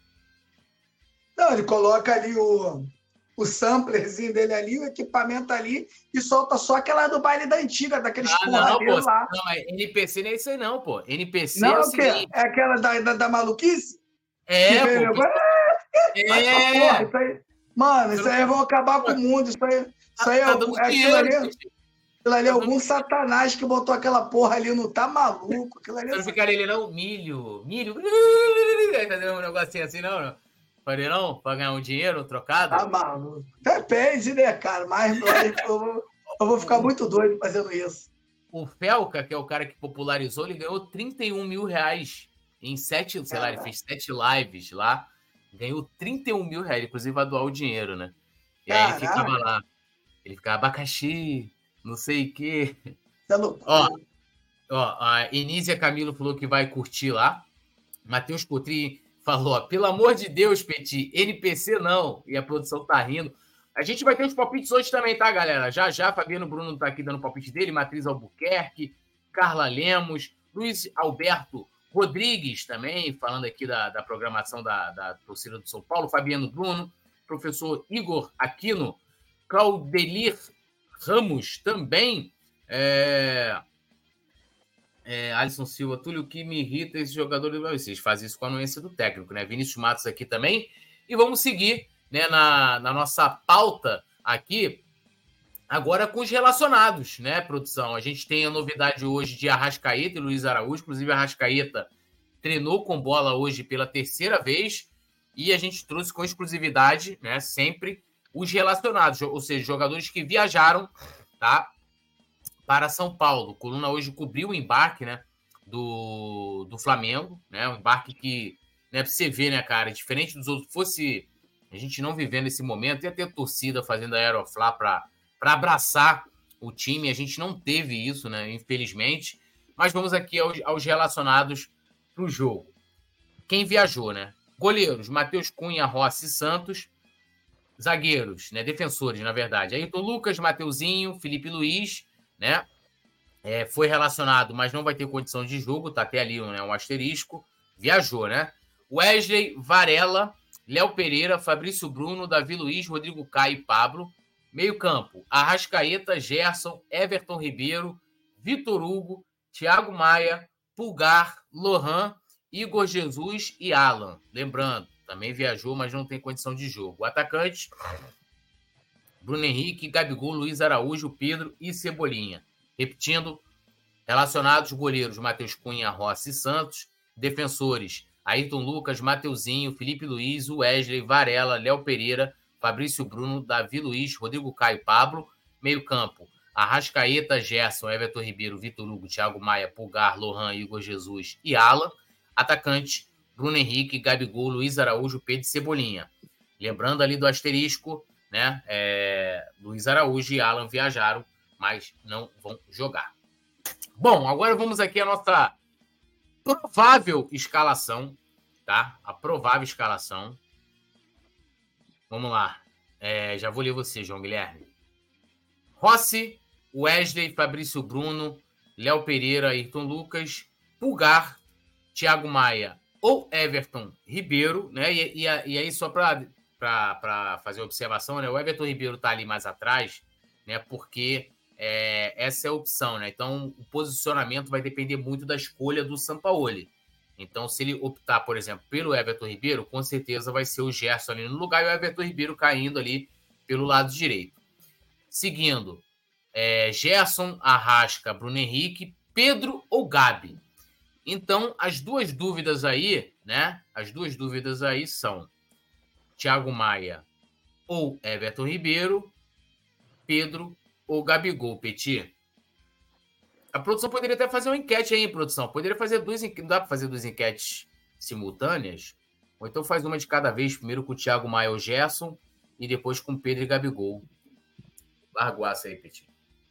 Não, ele coloca ali o, o samplerzinho dele ali, o equipamento ali, e solta só aquela do baile da antiga, daqueles
Ah, não, pô.
lá.
Não, mas N P C não é isso aí, não, pô. N P C
Não,
é o
o quê?
seguinte.
É aquela da, da, da maluquice?
É,
Que vem,
pô.
né?
Que...
Mas,
É.
porra, isso aí... Mano, isso aí vão acabar com o mundo. Isso aí, isso aí é,
Tá
algum,
dando
é aquilo
dinheiro,
ali.
Petit.
Aquilo ali é
Tá
algum satanás que botou aquela porra ali, não tá maluco? Aquilo ali
Você
é...
não ficaria ali, não? Milho, milho. Aí fazendo um negocinho assim, não, não? Faria não? Pra ganhar um dinheiro, um trocado?
Tá maluco. Depende, né, cara? Mas eu vou, eu vou ficar muito doido fazendo isso.
O Felca, que é o cara que popularizou, ele ganhou trinta e um mil reais em sete, sei lá, ele fez sete lives lá. Ganhou trinta e um mil reais, inclusive vai doar o dinheiro, né? E aí ele ficava lá. Ele ficava abacaxi, não sei o quê.
Tá louco.
Ó, ó, a Enísia Camilo falou que vai curtir lá. Matheus Coutrinho falou, ó, pelo amor de Deus, Petit, N P C não. E a produção tá rindo. A gente vai ter os palpites hoje também, tá, galera? Já, já, Fabiano Bruno tá aqui dando o palpite dele, Matriz Albuquerque, Carla Lemos, Luiz Alberto Rodrigues também, falando aqui da, da programação da, da torcida do São Paulo, Fabiano Bruno, professor Igor Aquino, Claudelir Ramos também, é... É, Alisson Silva, Túlio, o que me irrita esse jogador do vocês fazem isso com a anuência do técnico, né? Vinícius Matos aqui também. E vamos seguir, né, na, na nossa pauta aqui, agora com os relacionados, né, produção? A gente tem a novidade hoje de Arrascaeta e Luiz Araújo. Inclusive, Arrascaeta treinou com bola hoje pela terceira vez e a gente trouxe com exclusividade, né, sempre os relacionados, ou seja, jogadores que viajaram, tá? Para São Paulo. O Coluna hoje cobriu o embarque, né, do, do Flamengo, né, um embarque que, né, pra você ver, né, cara, diferente dos outros, fosse a gente não vivendo esse momento, ia ter torcida fazendo a Aeroflá para abraçar o time, a gente não teve isso, né, infelizmente, mas vamos aqui aos, aos relacionados para o jogo. Quem viajou, né? Goleiros, Matheus Cunha, Rossi e Santos, zagueiros, né? Defensores, na verdade. Ayrton Lucas, Mateuzinho, Felipe Luiz, né? É, foi relacionado, mas não vai ter condição de jogo, tá até ali, né, um asterisco. Viajou, né? Wesley, Varela, Léo Pereira, Fabrício Bruno, Davi Luiz, Rodrigo Caio e Pablo. Meio campo, Arrascaeta, Gerson, Everton Ribeiro, Vitor Hugo, Thiago Maia, Pulgar, Lohan, Igor Jesus e Alan. Lembrando, também viajou, mas não tem condição de jogo. Atacante, Bruno Henrique, Gabigol, Luiz Araújo, Pedro e Cebolinha. Repetindo, relacionados goleiros Matheus Cunha, Rossi e Santos. Defensores, Ayrton Lucas, Mateuzinho, Felipe Luiz, Wesley, Varela, Léo Pereira, Fabrício Bruno, Davi Luiz, Rodrigo Caio e Pablo. Meio campo, Arrascaeta, Gerson, Everton Ribeiro, Vitor Hugo, Thiago Maia, Pulgar, Lohan, Igor Jesus e Alan. Atacante, Bruno Henrique, Gabigol, Luiz Araújo, Pedro e Cebolinha. Lembrando ali do asterisco, né? É, Luiz Araújo e Alan viajaram, mas não vão jogar. Bom, agora vamos aqui à nossa provável escalação, tá? A provável escalação. Vamos lá. É, já vou ler você, João Guilherme. Rossi, Wesley, Fabrício Bruno, Léo Pereira, Ayrton Lucas, Pulgar, Thiago Maia ou Everton Ribeiro, né? E, e, e aí, só para fazer a observação, né? O Everton Ribeiro está ali mais atrás, né? Porque é, essa é a opção, né? Então, o posicionamento vai depender muito da escolha do Sampaoli. Então, se ele optar, por exemplo, pelo Everton Ribeiro, com certeza vai ser o Gerson ali no lugar e o Everton Ribeiro caindo ali pelo lado direito. Seguindo, é, Gerson, Arrasca, Bruno Henrique, Pedro ou Gabi. Então, as duas dúvidas aí, né? As duas dúvidas aí são Thiago Maia ou Everton Ribeiro, Pedro ou Gabigol, Petit. A produção poderia até fazer uma enquete aí, produção. Poderia fazer duas enquetes. Não dá para fazer duas enquetes simultâneas? Ou então faz uma de cada vez, primeiro com o Thiago Maia ou Gerson e depois com Pedro e Gabigol. Larguaça aí, Petit.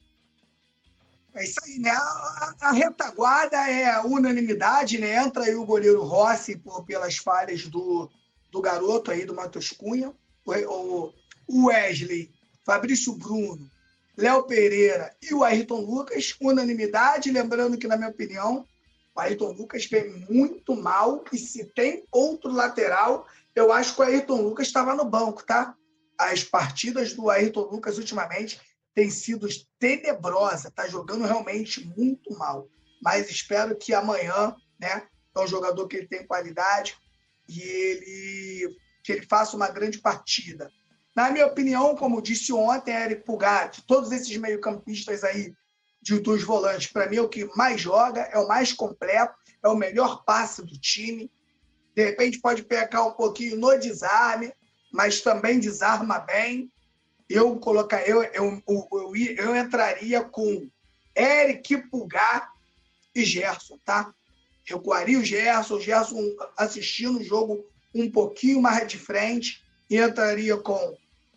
É isso aí, né? A, a retaguarda é unanimidade, né? Entra aí o goleiro Rossi por, pelas falhas do, do garoto aí, do Matheus Cunha. O, o Wesley, Fabrício Bruno, Léo Pereira e o Ayrton Lucas. Unanimidade, lembrando que, na minha opinião, o Ayrton Lucas vem muito mal e se tem outro lateral, eu acho que o Ayrton Lucas estava no banco, tá? As partidas do Ayrton Lucas ultimamente tem sido tenebrosa, tá jogando realmente muito mal. Mas espero que amanhã, né, é um jogador que ele tem qualidade e ele, que ele faça uma grande partida. Na minha opinião, como disse ontem, Eric Pulgar, de todos esses meio-campistas aí, de dos volantes, para mim é o que mais joga, é o mais completo, é o melhor passe do time. De repente pode pecar um pouquinho no desarme, mas também desarma bem. Eu, colocar, eu, eu, eu, eu, eu entraria com Eric, Pulgar e Gerson, tá? Recuaria o Gerson, o Gerson assistindo o jogo um pouquinho mais de frente, e entraria com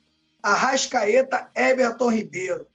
Arrascaeta, Everton Ribeiro,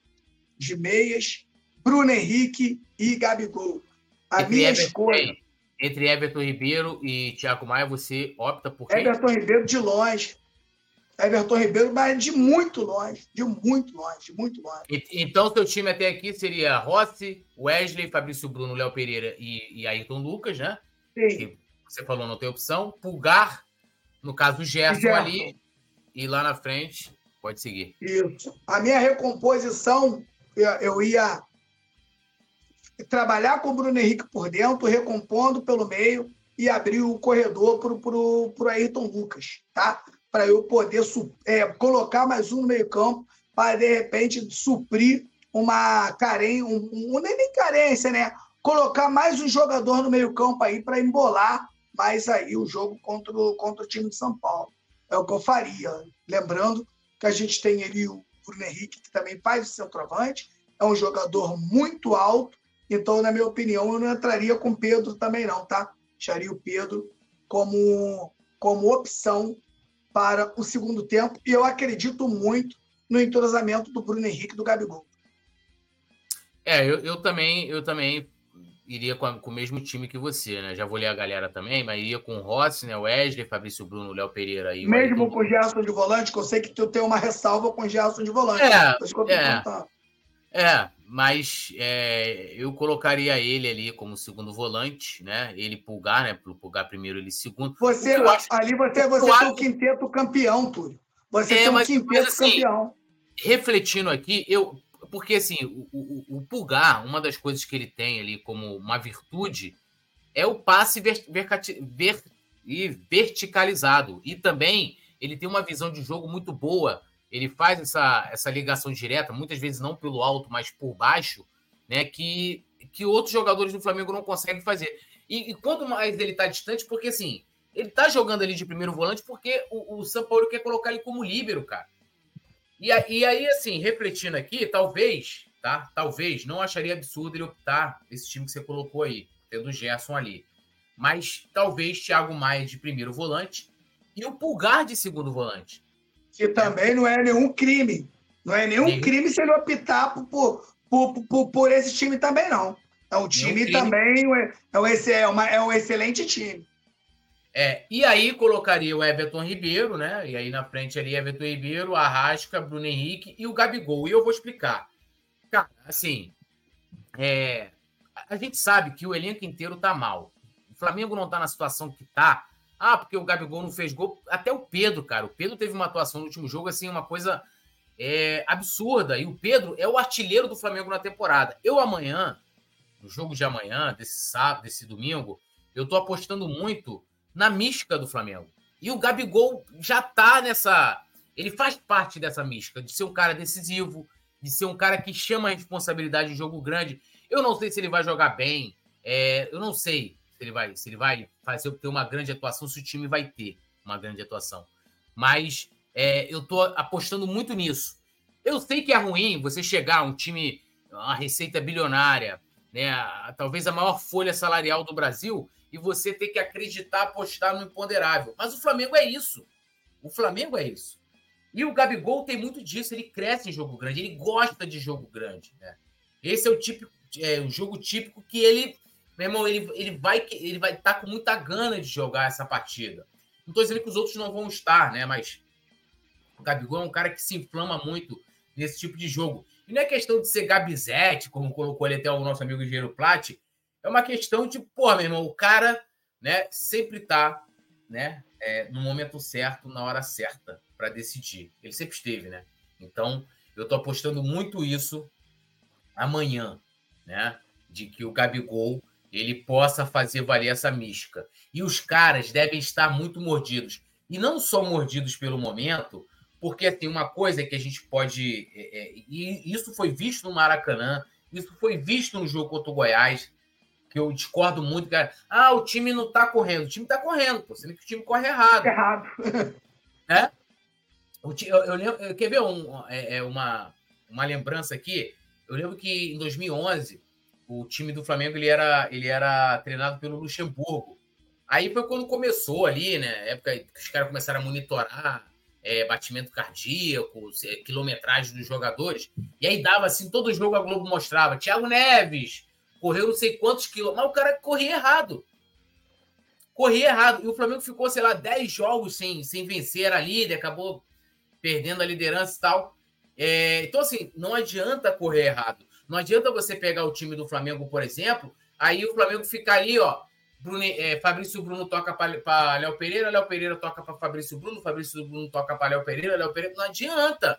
de meias, Bruno Henrique e Gabigol. A
entre
minha
Everton,
escolha...
Entre Everton Ribeiro e Thiago Maia, você opta por quem?
Everton Ribeiro de longe. Everton Ribeiro, mas de muito longe, de muito longe, de muito longe.
Então, seu time até aqui seria Rossi, Wesley, Fabrício Bruno, Léo Pereira e, e Ayrton Lucas, né?
Sim.
Que você falou, não tem opção. Pulgar, no caso, o Gerson, Gerson ali, e lá na frente, pode seguir.
Isso. A minha recomposição, eu, eu ia trabalhar com o Bruno Henrique por dentro, recompondo pelo meio e abrir o corredor para o Ayrton Lucas, tá? Para eu poder é, colocar mais um no meio campo, para, de repente, suprir uma carência, um, um, nem carência, né? Colocar mais um jogador no meio campo aí para embolar mais aí o jogo contra o, contra o time de São Paulo. É o que eu faria. Lembrando que a gente tem ali o Bruno Henrique, que também faz o centroavante, é um jogador muito alto, então, na minha opinião, eu não entraria com o Pedro também não, tá? Deixaria o Pedro como, como opção para o segundo tempo, e eu acredito muito no entrosamento do Bruno Henrique e do Gabigol.
É, eu, eu também, eu também iria com, a, com o mesmo time que você, né? Já vou ler a galera também, mas iria com o Rossi, né? Wesley, Fabrício Bruno, Léo Pereira e o
Mesmo
Ayrton.
com o Gerson de volante, que eu sei que tu tem uma ressalva com o Gerson de volante.
É,
Por isso que eu tô
é.
perguntando.
É, mas é, eu colocaria ele ali como segundo volante, né? Ele Pulgar, né? Pro Pulgar primeiro, ele segundo.
Você,
eu acho,
ali você, você tem o quinteto campeão, Túlio. Você
é,
tem um
mas,
quinteto
mas, assim,
campeão.
Refletindo aqui, eu, porque assim, o, o, o Pulgar, uma das coisas que ele tem ali como uma virtude é o passe ver, ver, ver, verticalizado. E também ele tem uma visão de jogo muito boa. Ele faz essa, essa ligação direta, muitas vezes não pelo alto, mas por baixo, né? Que, que outros jogadores do Flamengo não conseguem fazer. E, e quanto mais ele está distante, porque assim, ele está jogando ali de primeiro volante porque o, o São Paulo quer colocar ele como líbero, cara. E, e aí, assim, refletindo aqui, talvez, tá? Talvez, não acharia absurdo ele optar esse time que você colocou aí, tendo o Gerson ali. Mas talvez Thiago Maia de primeiro volante e o Pulgar de segundo volante.
Que também não é nenhum crime. Não é nenhum
Nenhum.
crime se ele optar por, por, por, por, por esse time também, não. É um time também, é um, é, uma, é um excelente time.
É, e aí colocaria o Everton Ribeiro, né? E aí na frente ali, Everton Ribeiro, Arrasca, Bruno Henrique e o Gabigol. E eu vou explicar. Cara, assim, é, a gente sabe que o elenco inteiro tá mal. O Flamengo não tá na situação que tá. Ah, porque o Gabigol não fez gol. Até o Pedro, cara. O Pedro teve uma atuação no último jogo, assim, uma coisa é, absurda. E o Pedro é o artilheiro do Flamengo na temporada. Eu amanhã, no jogo de amanhã, desse sábado, desse domingo, eu tô apostando muito na mística do Flamengo. E o Gabigol já tá nessa... Ele faz parte dessa mística, de ser um cara decisivo, de ser um cara que chama a responsabilidade em jogo grande. Eu não sei se ele vai jogar bem, é, eu não sei se ele vai, se ele vai fazer ter uma grande atuação, se o time vai ter uma grande atuação. Mas é, eu tô apostando muito nisso. Eu sei que é ruim você chegar a um time, uma receita bilionária, né, a, talvez a maior folha salarial do Brasil, e você ter que acreditar, apostar no imponderável. Mas o Flamengo é isso. O Flamengo é isso. E o Gabigol tem muito disso. Ele cresce em jogo grande. Ele gosta de jogo grande. Né? Esse é o, típico, é o jogo típico que ele... Meu irmão, ele, ele vai ele vai estar com muita gana de jogar essa partida. Não estou dizendo que os outros não vão estar, né? Mas o Gabigol é um cara que se inflama muito nesse tipo de jogo. E não é questão de ser Gabizete, como colocou ali até o nosso amigo Engenheiro Platti. É uma questão de, pô, meu irmão, o cara, né, sempre tá, né, é, no momento certo, na hora certa, para decidir. Ele sempre esteve, né? Então, eu tô apostando muito isso amanhã, né? De que o Gabigol, ele possa fazer valer essa mística. E os caras devem estar muito mordidos. E não só mordidos pelo momento, porque tem uma coisa que a gente pode... É, é, e isso foi visto no Maracanã, isso foi visto no jogo contra o Goiás, que eu discordo muito, cara. Ah, o time não tá correndo. O time tá correndo, pô. Sendo que o time corre errado.
Errado.
É? O time, eu, eu lembro... Quer ver um, é, é uma, uma lembrança aqui? Eu lembro que em dois mil e onze, o time do Flamengo ele era, ele era treinado pelo Luxemburgo. Aí foi quando começou ali, né? Época que os caras começaram a monitorar é, batimento cardíaco, é, quilometragem dos jogadores. E aí dava assim, todo jogo a Globo mostrava. Thiago Neves... correu não sei quantos quilômetros, mas o cara corria errado. Corria errado. E o Flamengo ficou, sei lá, dez jogos sem, sem vencer, era líder, acabou perdendo a liderança e tal. É, então, assim, não adianta correr errado. Não adianta você pegar o time do Flamengo, por exemplo, aí o Flamengo fica ali, ó, Bruno, é, Fabrício Bruno toca para Léo Pereira, Léo Pereira toca para Fabrício Bruno, Fabrício Bruno toca para Léo Pereira, Léo Pereira. Não adianta.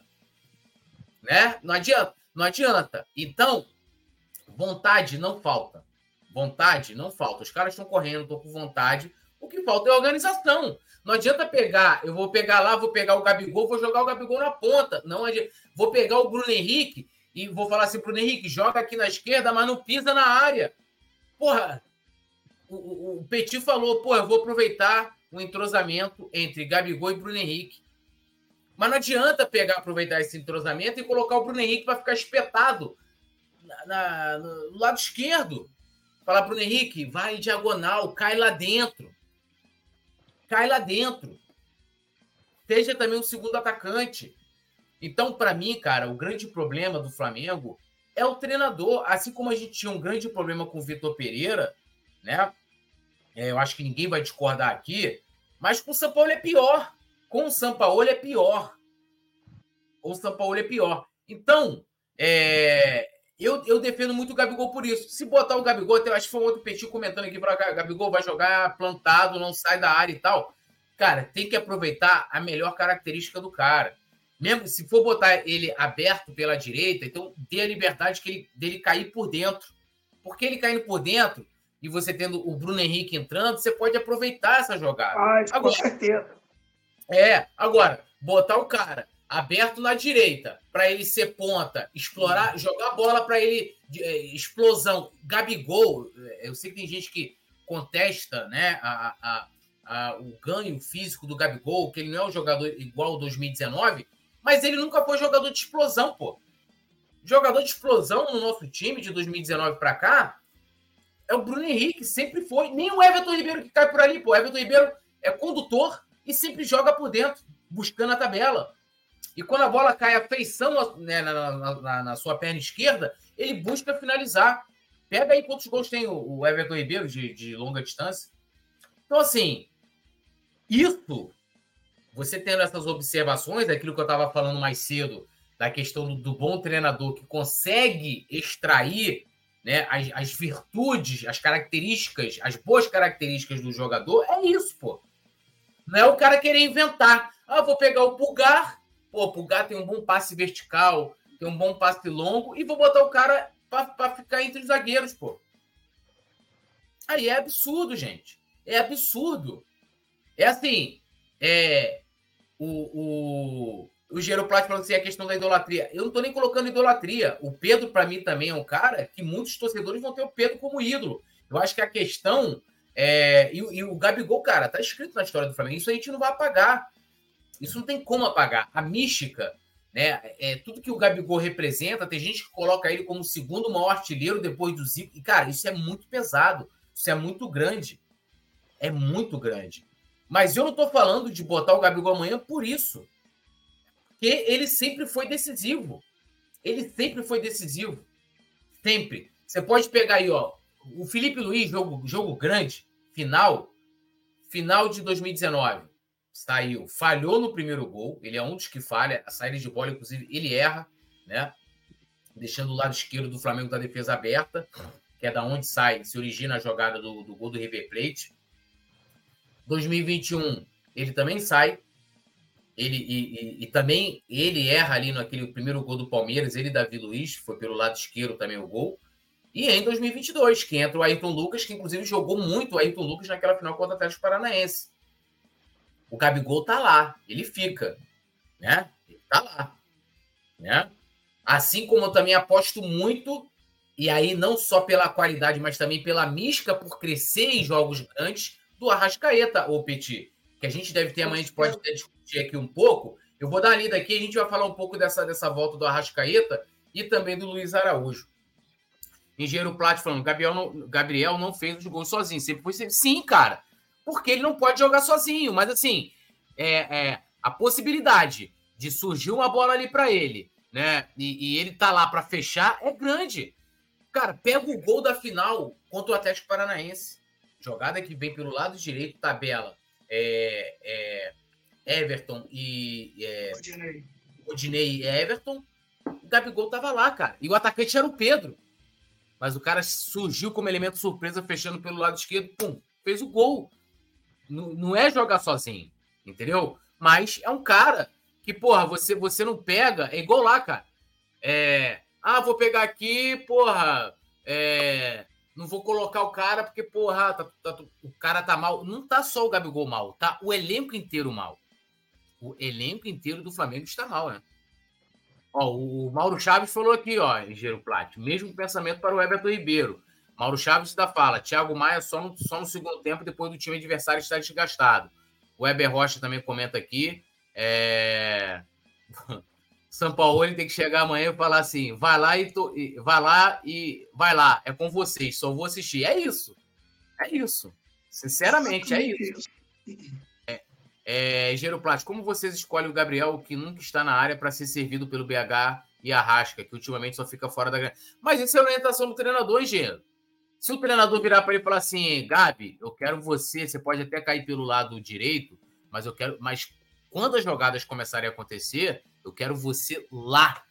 Né? Não adianta. Não adianta. Então, vontade não falta. Vontade não falta. Os caras estão correndo, estão com vontade. O que falta é organização. Não adianta pegar, eu vou pegar lá, vou pegar o Gabigol, vou jogar o Gabigol na ponta. Não adianta. Vou pegar o Bruno Henrique e vou falar assim, Bruno Henrique, joga aqui na esquerda, mas não pisa na área. Porra, o, o, o Petit falou, porra, eu vou aproveitar o entrosamento entre Gabigol e Bruno Henrique. Mas não adianta pegar, aproveitar esse entrosamento e colocar o Bruno Henrique para ficar espetado Na, na, no lado esquerdo. Falar Bruno Henrique, vai em diagonal, cai lá dentro. Cai lá dentro. Seja também o segundo atacante. Então, para mim, cara, o grande problema do Flamengo é o treinador. Assim como a gente tinha um grande problema com o Vitor Pereira, né? É, eu acho que ninguém vai discordar aqui, mas com o São Paulo é pior. Com o São Paulo é pior. Com o São Paulo é pior. Então, é, eu, eu defendo muito o Gabigol por isso. Se botar o Gabigol, até acho que foi um outro Petit comentando aqui, para o Gabigol vai jogar plantado, não sai da área e tal. Cara, tem que aproveitar a melhor característica do cara. Mesmo se for botar ele aberto pela direita, então dê a liberdade que ele, dele cair por dentro. Porque ele caindo por dentro e você tendo o Bruno Henrique entrando, você pode aproveitar essa jogada.
Ah, com
agora,
certeza.
É, agora, botar o cara aberto na direita para ele ser ponta, explorar, jogar a bola para ele, é, explosão. Gabigol, eu sei que tem gente que contesta, né, a, a, a, o ganho físico do Gabigol, que ele não é um jogador igual ao dois mil e dezenove, mas ele nunca foi jogador de explosão, pô. Jogador de explosão no nosso time de dois mil e dezenove para cá é o Bruno Henrique, sempre foi. Nem o Everton Ribeiro que cai por ali, pô. O Everton Ribeiro é condutor e sempre joga por dentro, buscando a tabela. E quando a bola cai a feição, né, na, na, na, na sua perna esquerda, ele busca finalizar. Pega aí quantos gols tem o, o Everton Ribeiro de, de longa distância. Então, assim, isso, você tendo essas observações, aquilo que eu estava falando mais cedo, da questão do, do bom treinador que consegue extrair, né, as, as virtudes, as características, as boas características do jogador, é isso, pô. Não é o cara querer inventar. Ah, vou pegar o Pulgar, pô, o Pulgar tem um bom passe vertical, tem um bom passe longo, e vou botar o cara para ficar entre os zagueiros, pô. Aí é absurdo, gente. É absurdo. É assim, é, o, o, o Gero Plat falando assim, a questão da idolatria. Eu não tô nem colocando idolatria. O Pedro, para mim, também é um cara que muitos torcedores vão ter o Pedro como ídolo. Eu acho que a questão... É, e, e o Gabigol, cara, tá escrito na história do Flamengo. Isso a gente não vai apagar. Isso não tem como apagar. A mística, né? É, tudo que o Gabigol representa, tem gente que coloca ele como o segundo maior artilheiro depois do Zico. E, cara, isso é muito pesado. Isso é muito grande. É muito grande. Mas eu não tô falando de botar o Gabigol amanhã por isso. Porque ele sempre foi decisivo. Ele sempre foi decisivo. Sempre. Você pode pegar aí, ó. O Felipe Luiz, jogo, jogo grande, final, final de dois mil e dezenove, saiu, falhou no primeiro gol, ele é um dos que falha, a saída de bola, inclusive, ele erra, né? Deixando o lado esquerdo do Flamengo da defesa aberta, que é da onde sai, se origina a jogada do, do gol do River Plate. dois mil e vinte e um, ele também sai, ele, e, e, e também ele erra ali naquele primeiro gol do Palmeiras, ele e Davi Luiz, foi pelo lado esquerdo também o gol. E em dois mil e vinte e dois, que entra o Ayrton Lucas, que inclusive jogou muito o Ayrton Lucas naquela final contra o Atlético Paranaense. O Gabigol tá lá, ele fica, né? Ele tá lá, né? Assim como eu também aposto muito, e aí não só pela qualidade, mas também pela mística por crescer em jogos grandes, do Arrascaeta, ô Petit, que a gente deve ter amanhã, a gente pode até discutir aqui um pouco. Eu vou dar uma lida aqui, a gente vai falar um pouco dessa, dessa volta do Arrascaeta e também do Luiz Araújo. Engenheiro Plat falando, Gabriel não, Gabriel não fez os gols sozinho. Sempre foi sempre. Sim, cara. Porque ele não pode jogar sozinho. Mas, assim, é, é, a possibilidade de surgir uma bola ali para ele, né? E, e ele tá lá para fechar é grande. Cara, pega o gol da final contra o Atlético Paranaense. Jogada que vem pelo lado direito, tabela. É, é, Everton e... É, Rodinei e Everton. O Gabigol tava lá, cara. E o atacante era o Pedro. Mas o cara surgiu como elemento surpresa, fechando pelo lado esquerdo, pum, fez o gol. Não, não é jogar sozinho, entendeu? Mas é um cara que, porra, você, você não pega, é igual lá, cara. É, ah, vou pegar aqui, porra, é, não vou colocar o cara porque, porra, tá, tá, o cara tá mal. Não tá só o Gabigol mal, tá o elenco inteiro mal. O elenco inteiro do Flamengo está mal, né? Ó, o Mauro Chaves falou aqui, ó, Engenheiro Plat, mesmo pensamento para o Everton Ribeiro. Mauro Chaves da fala, Thiago Maia só no, só no segundo tempo, depois do time adversário estar desgastado. O Weber Rocha também comenta aqui. É... São Paulo ele tem que chegar amanhã e falar assim, vai lá e to... vai lá e vai lá, é com vocês, só vou assistir. É isso. É isso. Sinceramente, é isso. É, É, Engenheiro Plat, como vocês escolhem o Gabriel, que nunca está na área, para ser servido pelo B H e a Arrasca, que ultimamente só fica fora da grande? Mas isso é orientação do treinador, engenheiro. Se o treinador virar para ele e falar assim, Gabi, eu quero você, você pode até cair pelo lado direito, mas eu quero. Mas quando as jogadas começarem a acontecer, eu quero você lá,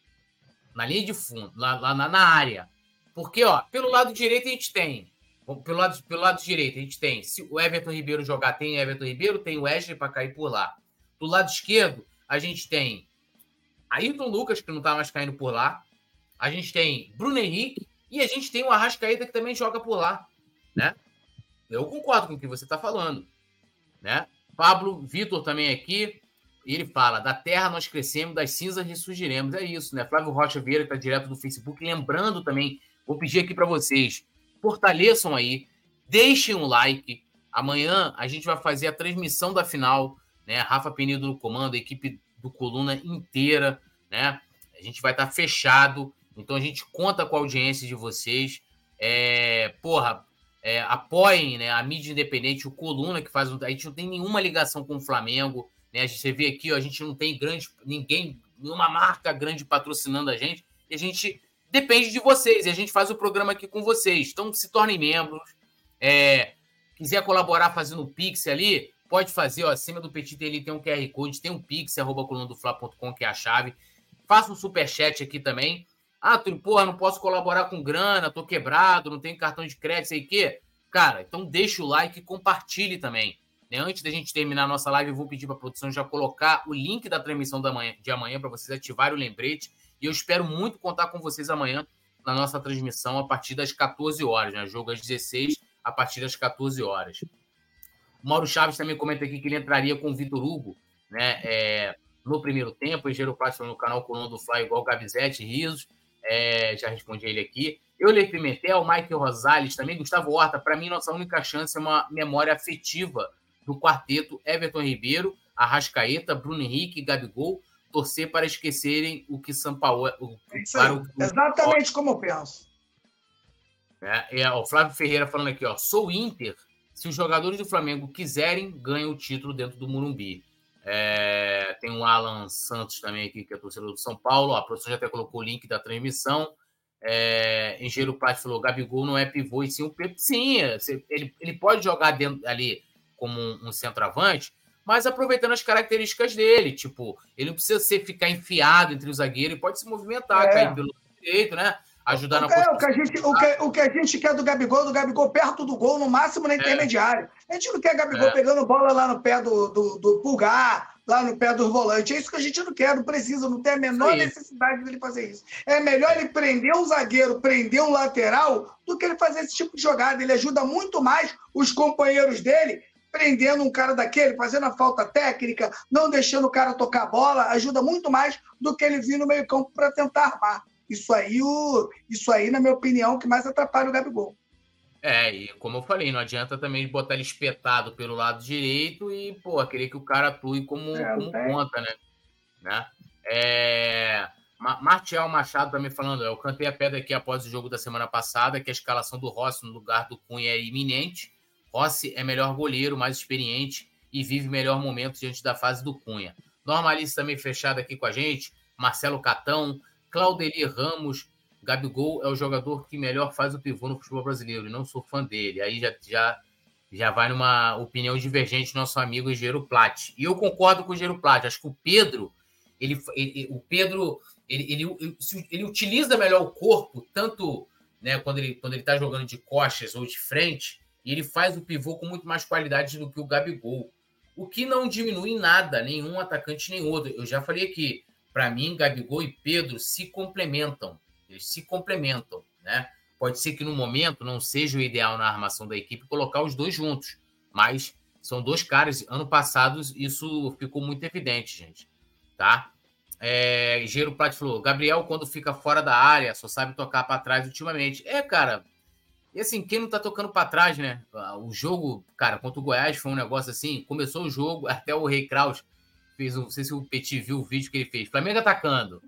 na linha de fundo, lá, lá na, na área. Porque, ó, pelo lado direito a gente tem. Pelo lado, pelo lado direito, a gente tem. Se o Everton Ribeiro jogar, tem Everton Ribeiro, tem o Wesley para cair por lá. Do lado esquerdo, a gente tem Ayrton Lucas, que não tá mais caindo por lá. A gente tem Bruno Henrique e a gente tem o Arrascaeta, que também joga por lá. Né? Eu concordo com o que você está falando. Né? Pablo Vitor também aqui. Ele fala, da terra nós crescemos, das cinzas ressurgiremos. É isso, né? Flávio Rocha Vieira, que está direto do Facebook. Lembrando também, vou pedir aqui para vocês, fortaleçam aí, deixem um like. Amanhã a gente vai fazer a transmissão da final, né? Rafa Penido no comando, a equipe do Coluna inteira, né? A gente vai estar fechado, então a gente conta com a audiência de vocês. É, porra, é, apoiem, né, a mídia independente, o Coluna, que faz. A gente não tem nenhuma ligação com o Flamengo, né? Você vê aqui, ó, a gente não tem grande, ninguém, nenhuma marca grande patrocinando a gente, e a gente depende de vocês, e a gente faz o programa aqui com vocês. Então, se tornem membros. É, quiser colaborar fazendo o Pix ali, pode fazer. Ó, acima do Petit ali tem um Q R Code, tem um Pix, arroba coluna do fla ponto com, que é a chave. Faça um superchat aqui também. Ah, tu, porra, não posso colaborar com grana, tô quebrado, não tenho cartão de crédito, sei o quê. Cara, então deixa o like e compartilhe também. Né? Antes da gente terminar a nossa live, eu vou pedir para a produção já colocar o link da transmissão da manhã, de amanhã para vocês ativarem o lembrete. E eu espero muito contar com vocês amanhã na nossa transmissão a partir das quatorze horas, né? Jogo às dezesseis, a partir das quatorze horas. O Mauro Chaves também comenta aqui que ele entraria com o Vitor Hugo, né? É, no primeiro tempo. O Engenheiro Plástico no canal Coluna do Fly, igual Gabizete, risos. É, já respondi ele aqui. Euler Pimentel, Michael Rosales, também Gustavo Horta. Para mim, nossa única chance é uma memória afetiva do quarteto Everton Ribeiro, Arrascaeta, Bruno Henrique, Gabigol. Torcer para esquecerem o que São Paulo... O, para o,
exatamente o, como eu penso.
É, é, o Flávio Ferreira falando aqui, ó, sou Inter. Se os jogadores do Flamengo quiserem, ganham o título dentro do Morumbi. É, tem o Alan Santos também aqui, que é torcedor do São Paulo. Ó, a produção já até colocou o link da transmissão. É, Engenheiro Plástico falou, Gabigol não é pivô, e sim o Pedro. Sim, ele, ele pode jogar dentro, ali como um, um centroavante, mas aproveitando as características dele, tipo, ele não precisa ser, ficar enfiado entre os zagueiros, ele pode se movimentar, é. cair pelo direito, né? Ajudar
o,
na
é, o, que a gente, o, que, o que a gente quer do Gabigol, do Gabigol perto do gol, no máximo na intermediária. É. A gente não quer Gabigol é. pegando bola lá no pé do, do, do pulgar, lá no pé do volante. É isso que a gente não quer, não precisa, não tem a menor Sim. necessidade dele fazer isso. É melhor ele prender um zagueiro, prender um lateral, do que ele fazer esse tipo de jogada. Ele ajuda muito mais os companheiros dele, prendendo um cara daquele, fazendo a falta técnica, não deixando o cara tocar a bola, ajuda muito mais do que ele vir no meio campo para tentar armar. Isso aí, o, isso aí, na minha opinião, que mais atrapalha o Gabigol.
É, e como eu falei, não adianta também botar ele espetado pelo lado direito e, pô, querer que o cara atue como, é, como ponta, né? né? É... Martial Machado também falando, eu cantei a pedra aqui após o jogo da semana passada, que a escalação do Rossi no lugar do Cunha é iminente. Rossi é melhor goleiro, mais experiente e vive melhor momento diante da fase do Cunha. Normalice também fechado aqui com a gente. Marcelo Catão, Claudeli Ramos, Gabigol é o jogador que melhor faz o pivô no futebol brasileiro e não sou fã dele. Aí já, já, já vai numa opinião divergente nosso amigo Engenheiro Plat. E eu concordo com o Engenheiro Plat. Acho que o Pedro, ele, ele, o Pedro, ele, ele, ele, ele utiliza melhor o corpo, tanto, né, quando ele quando ele está jogando de costas ou de frente, e ele faz o pivô com muito mais qualidade do que o Gabigol. O que não diminui em nada, nenhum atacante nem outro. Eu já falei aqui, para mim, Gabigol e Pedro se complementam. Eles se complementam, né? Pode ser que no momento não seja o ideal na armação da equipe colocar os dois juntos, mas são dois caras. Ano passado isso ficou muito evidente, gente. Tá? É, Gero Plat falou, Gabriel, quando fica fora da área, só sabe tocar para trás ultimamente. É, cara... E assim, quem não tá tocando para trás, né? O jogo, cara, contra o Goiás foi um negócio assim, começou o jogo, até o Rei Kraus fez, um, não sei se o Petit viu o vídeo que ele fez, Flamengo atacando,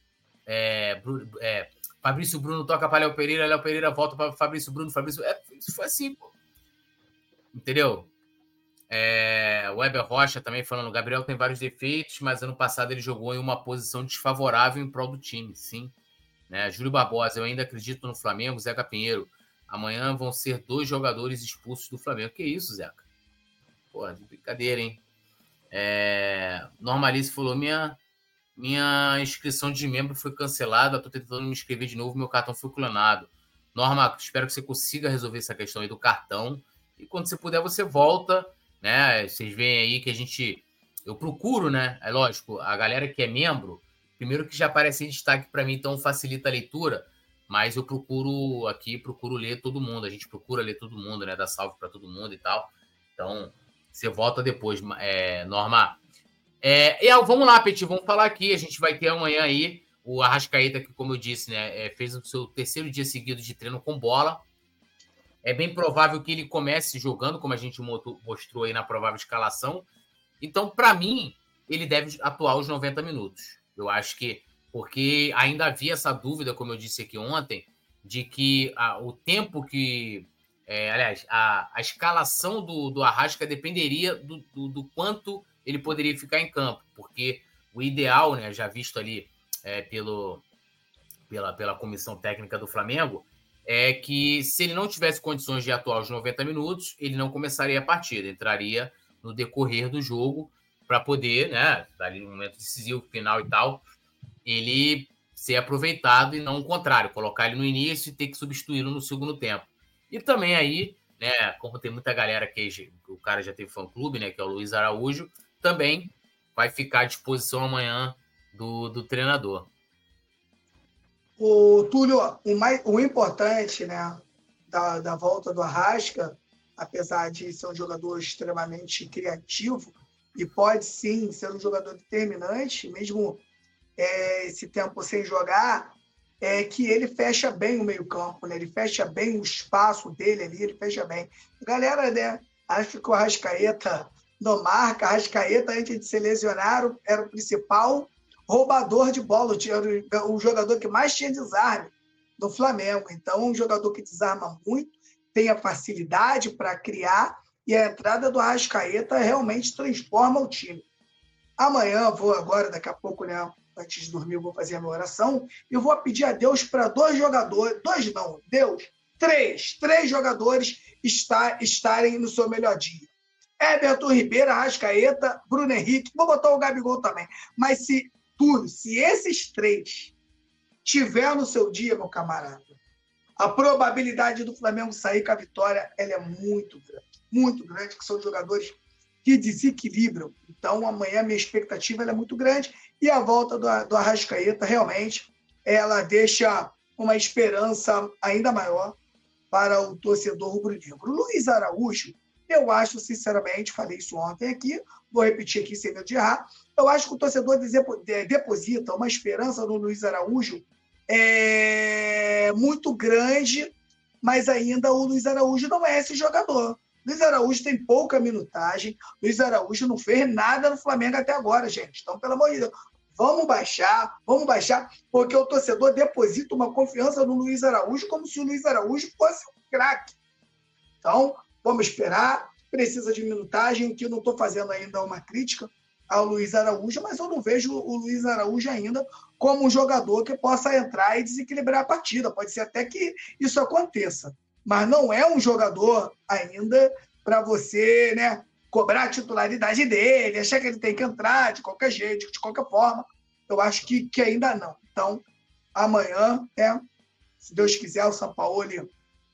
é, é, Fabrício Bruno toca para Léo Pereira, Léo Pereira volta para Fabrício Bruno, Fabrício, é, isso foi assim, pô. Entendeu? É, o Weber Rocha também falando, o Gabriel tem vários defeitos, mas ano passado ele jogou em uma posição desfavorável em prol do time, sim. Né? Júlio Barbosa, eu ainda acredito no Flamengo. Zeca Pinheiro, amanhã vão ser dois jogadores expulsos do Flamengo. Que isso, Zeca? Pô, brincadeira, hein? É... Normalice falou, minha, minha inscrição de membro foi cancelada, tô tentando me inscrever de novo, meu cartão foi clonado. Norma, espero que você consiga resolver essa questão aí do cartão, e quando você puder, você volta, né? Vocês veem aí que a gente... Eu procuro, né? É lógico, a galera que é membro, primeiro que já aparece em destaque para mim, então facilita a leitura, mas eu procuro aqui, procuro ler todo mundo, a gente procura ler todo mundo, né? Dar salve para todo mundo e tal. Então, você volta depois, é, Norma. É, e, vamos lá, Petit, vamos falar aqui, a gente vai ter amanhã aí o Arrascaeta, que, como eu disse, né, é, fez o seu terceiro dia seguido de treino com bola. É bem provável que ele comece jogando, como a gente mostrou aí na provável escalação. Então, para mim, ele deve atuar os noventa minutos. Eu acho que, porque ainda havia essa dúvida, como eu disse aqui ontem, de que a, o tempo que... É, aliás, a, a escalação do, do Arrasca dependeria do, do, do quanto ele poderia ficar em campo, porque o ideal, né, já visto ali é, pelo, pela, pela comissão técnica do Flamengo, é que se ele não tivesse condições de atuar os noventa minutos, ele não começaria a partida, entraria no decorrer do jogo para poder, né, ali no momento decisivo, final e tal, ele ser aproveitado e não o contrário, colocar ele no início e ter que substituí-lo no segundo tempo. E também aí, né, como tem muita galera que o cara já teve fã-clube, né, que é o Luiz Araújo, também vai ficar à disposição amanhã do, do treinador.
O Túlio, o, mais, o importante, né, da, da volta do Arrasca, apesar de ser um jogador extremamente criativo, e pode sim ser um jogador determinante, mesmo é, esse tempo sem jogar, é que ele fecha bem o meio-campo, né? Ele fecha bem o espaço dele ali, ele fecha bem. Galera, né, acho que o Arrascaeta não marca. Arrascaeta, antes de se lesionar, era o principal roubador de bola, era o jogador que mais tinha desarme no Flamengo. Então, um jogador que desarma muito, tem a facilidade para criar, e a entrada do Arrascaeta realmente transforma o time. Amanhã, vou agora, daqui a pouco, né, antes de dormir, eu vou fazer a minha oração, e eu vou pedir a Deus para dois jogadores, dois não, Deus, três, três jogadores está, estarem no seu melhor dia. Everton Ribeiro, Arrascaeta, Bruno Henrique, vou botar o Gabigol também. Mas se tudo, se esses três tiver no seu dia, meu camarada, a probabilidade do Flamengo sair com a vitória, ela é muito grande, muito grande, que são jogadores que desequilibram. Então, amanhã a minha expectativa ela é muito grande, e a volta do, do Arrascaeta, realmente, ela deixa uma esperança ainda maior para o torcedor rubro-negro. Luiz Araújo, eu acho, sinceramente, falei isso ontem aqui, vou repetir aqui sem medo de errar, eu acho que o torcedor deposita uma esperança no Luiz Araújo é, muito grande, mas ainda o Luiz Araújo não é esse jogador. Luiz Araújo tem pouca minutagem, Luiz Araújo não fez nada no Flamengo até agora, gente. Então, pelo amor de Deus, vamos baixar, vamos baixar, porque o torcedor deposita uma confiança no Luiz Araújo como se o Luiz Araújo fosse um craque. Então, vamos esperar, precisa de minutagem, que eu não estou fazendo ainda uma crítica ao Luiz Araújo, mas eu não vejo o Luiz Araújo ainda como um jogador que possa entrar e desequilibrar a partida. Pode ser até que isso aconteça, mas não é um jogador ainda para você, né, cobrar a titularidade dele, achar que ele tem que entrar de qualquer jeito, de qualquer forma. Eu acho que, que ainda não. Então, amanhã, né, se Deus quiser, o Sampaoli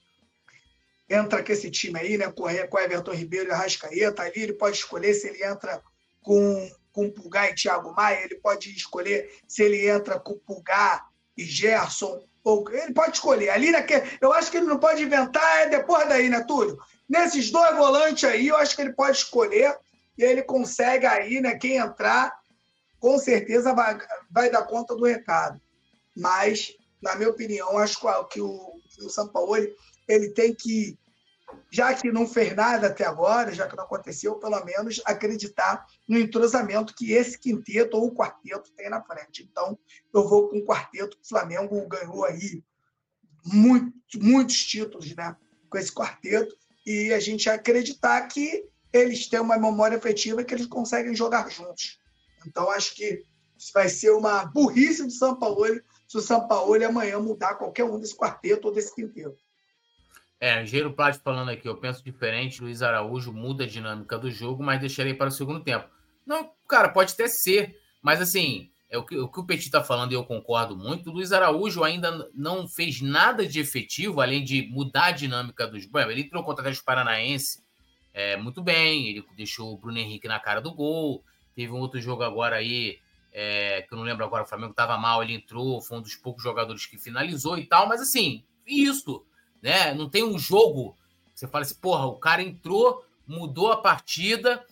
entra com esse time aí, né, com o Everton Ribeiro e Arrascaeta. Ali ele pode escolher se ele entra com, com Pulgar e Thiago Maia, ele pode escolher se ele entra com Pulgar e Gerson, ou ele pode escolher. Ali naquele, eu acho que ele não pode inventar, é depois daí, né, Túlio? Nesses dois volantes aí, eu acho que ele pode escolher, e ele consegue aí, né, quem entrar, com certeza vai, vai dar conta do recado. Mas, na minha opinião, acho que o, que o Sampaoli, ele tem que, já que não fez nada até agora, já que não aconteceu, pelo menos acreditar no entrosamento que esse quinteto ou o quarteto tem na frente. Então, eu vou com o quarteto. O Flamengo ganhou aí muito, muitos títulos, né, com esse quarteto, e a gente acreditar que eles têm uma memória afetiva que eles conseguem jogar juntos. Então, acho que isso vai ser uma burrice do Sampaoli se o Sampaoli amanhã mudar qualquer um desse quarteto ou desse quinteto.
É, Gero Plat falando aqui, eu penso diferente, Luiz Araújo muda a dinâmica do jogo, mas deixarei para o segundo tempo. Não, cara, pode até ser, mas assim, é o que o, que o Petit está falando e eu concordo muito, o Luiz Araújo ainda não fez nada de efetivo, além de mudar a dinâmica dos... Bom, ele entrou contra o Paranaense é, muito bem, ele deixou o Bruno Henrique na cara do gol, teve um outro jogo agora aí, é, que eu não lembro agora, o Flamengo estava mal, ele entrou, foi um dos poucos jogadores que finalizou e tal, mas assim, isso, né? Não tem um jogo, você fala assim, porra, o cara entrou, mudou a partida,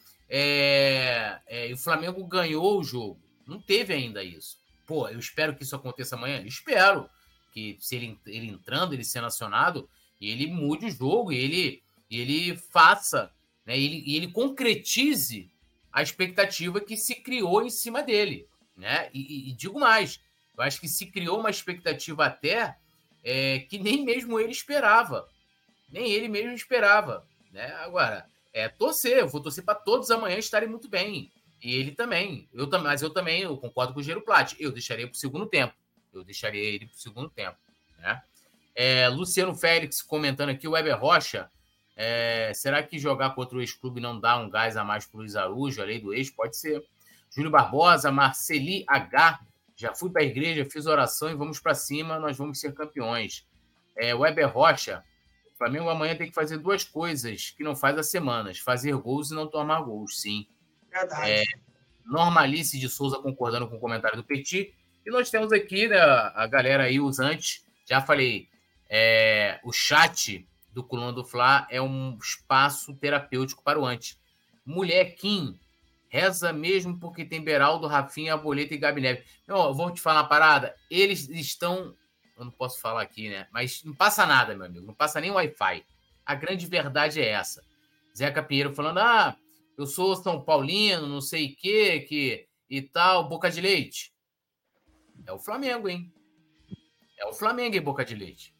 é, é, e o Flamengo ganhou o jogo. Não teve ainda isso. Pô, eu espero que isso aconteça amanhã, eu espero que se ele, ele entrando, ele sendo acionado, ele mude o jogo, e ele, ele faça, né? ele, e ele concretize a expectativa que se criou em cima dele, né? E, e, e digo mais, eu acho que se criou uma expectativa até é, que nem mesmo ele esperava, nem ele mesmo esperava, né? Agora, é torcer, eu vou torcer para todos amanhã estarem muito bem, e ele também, eu, mas eu também, eu concordo com o Gero Plat, eu deixaria para o segundo tempo, eu deixaria ele para o segundo tempo, né? É, Luciano Félix comentando aqui, o Weber Rocha, É, será que jogar contra o ex-clube não dá um gás a mais para o Luiz Araújo, a lei do ex? Pode ser. Júlio Barbosa, Marceli H. Já fui para a igreja, fiz oração e vamos para cima, nós vamos ser campeões. É, Weber Rocha, o Flamengo amanhã tem que fazer duas coisas que não faz há semanas, fazer gols e não tomar gols, sim.
Verdade.
É, Normalice de Souza concordando com o comentário do Petit. E nós temos aqui, né, a galera aí, os antes, já falei, é, o chat do Coluna do Fla é um espaço terapêutico para o antes. Mulher Kim, reza mesmo porque tem Beraldo, Rafinha, Boleta e Gabi Neves. Eu vou te falar uma parada, eles estão, eu não posso falar aqui, né? Mas não passa nada, meu amigo, não passa nem Wi-Fi. A grande verdade é essa. Zeca Pinheiro falando, ah, eu sou São Paulino, não sei o que, que e tal, Boca de Leite. É o Flamengo, hein? É o Flamengo em Boca de Leite.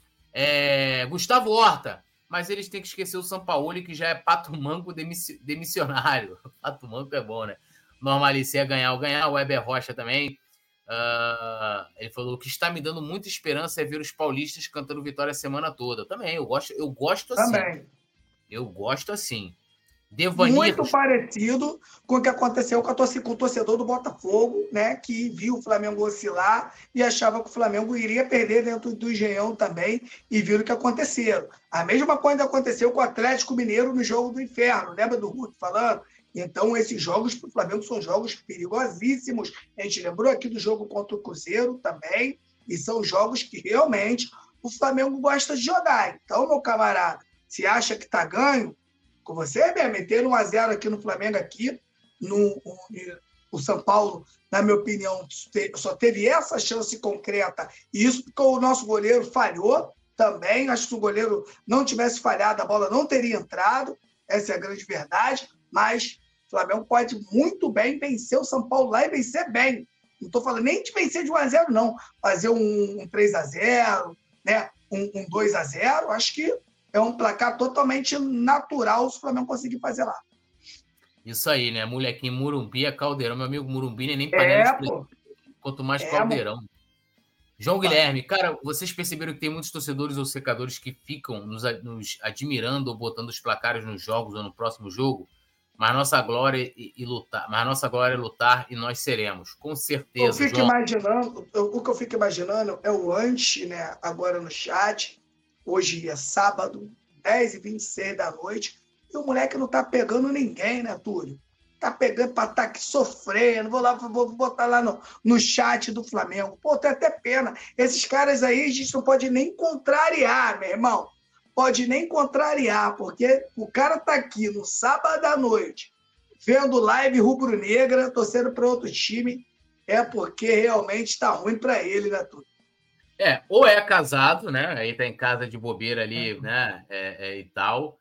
É, Gustavo Horta, mas eles têm que esquecer o Sampaoli, que já é pato manco demissionário. Pato manco é bom, né? Normalice é ganhar ou ganhar. O Weber Rocha também. Uh, ele falou que está me dando muita esperança é ver os paulistas cantando vitória a semana toda. Também, eu gosto, eu gosto assim.
Também.
Eu gosto assim. Devani...
Muito parecido com o que aconteceu com, a torcida, com o torcedor do Botafogo, né, que viu o Flamengo oscilar e achava que o Flamengo iria perder dentro do Engenhão também, e viram o que aconteceu. A mesma coisa aconteceu com o Atlético Mineiro no jogo do Inferno, lembra do Hulk falando? Então, esses jogos para o Flamengo são jogos perigosíssimos. A gente lembrou aqui do jogo contra o Cruzeiro também, e são jogos que realmente o Flamengo gosta de jogar. Então, meu camarada, se acha que está ganho, com você, mesmo, meter um a zero aqui no Flamengo, aqui, no, no, o São Paulo, na minha opinião, só teve essa chance concreta, e isso porque o nosso goleiro falhou também, acho que se o goleiro não tivesse falhado, a bola não teria entrado, essa é a grande verdade, mas o Flamengo pode muito bem vencer o São Paulo lá e vencer bem, não estou falando nem de vencer de um a zero, não, fazer um, um três a zero, né? um, um dois a zero, acho que é um placar totalmente natural se o Flamengo conseguir fazer lá.
Isso aí, né? Molequinho, Murumbi é caldeirão. Meu amigo Murumbi nem panela
é,
de
pô.
Quanto mais
é,
caldeirão. Pô. João Guilherme, cara, vocês perceberam que tem muitos torcedores ou secadores que ficam nos, nos admirando ou botando os placares nos jogos ou no próximo jogo? Mas nossa glória e, e lutar, mas nossa glória é lutar e nós seremos, com certeza.
Eu fico
João.
imaginando, eu, o que eu fico imaginando é o antes, né? Agora no chat. Hoje é sábado, dez e vinte e seis da noite, e o moleque não tá pegando ninguém, né, Túlio? Tá pegando pra estar tá aqui sofrendo, vou lá, vou botar lá no, no chat do Flamengo. Pô, tem até pena. Esses caras aí, a gente não pode nem contrariar, meu irmão. Pode nem contrariar, porque o cara tá aqui no sábado à noite, vendo live rubro-negra, torcendo para outro time, é porque realmente tá ruim para ele, né, Túlio?
É, ou é casado, né? Aí tá em casa de bobeira ali, né? É, é, e tal.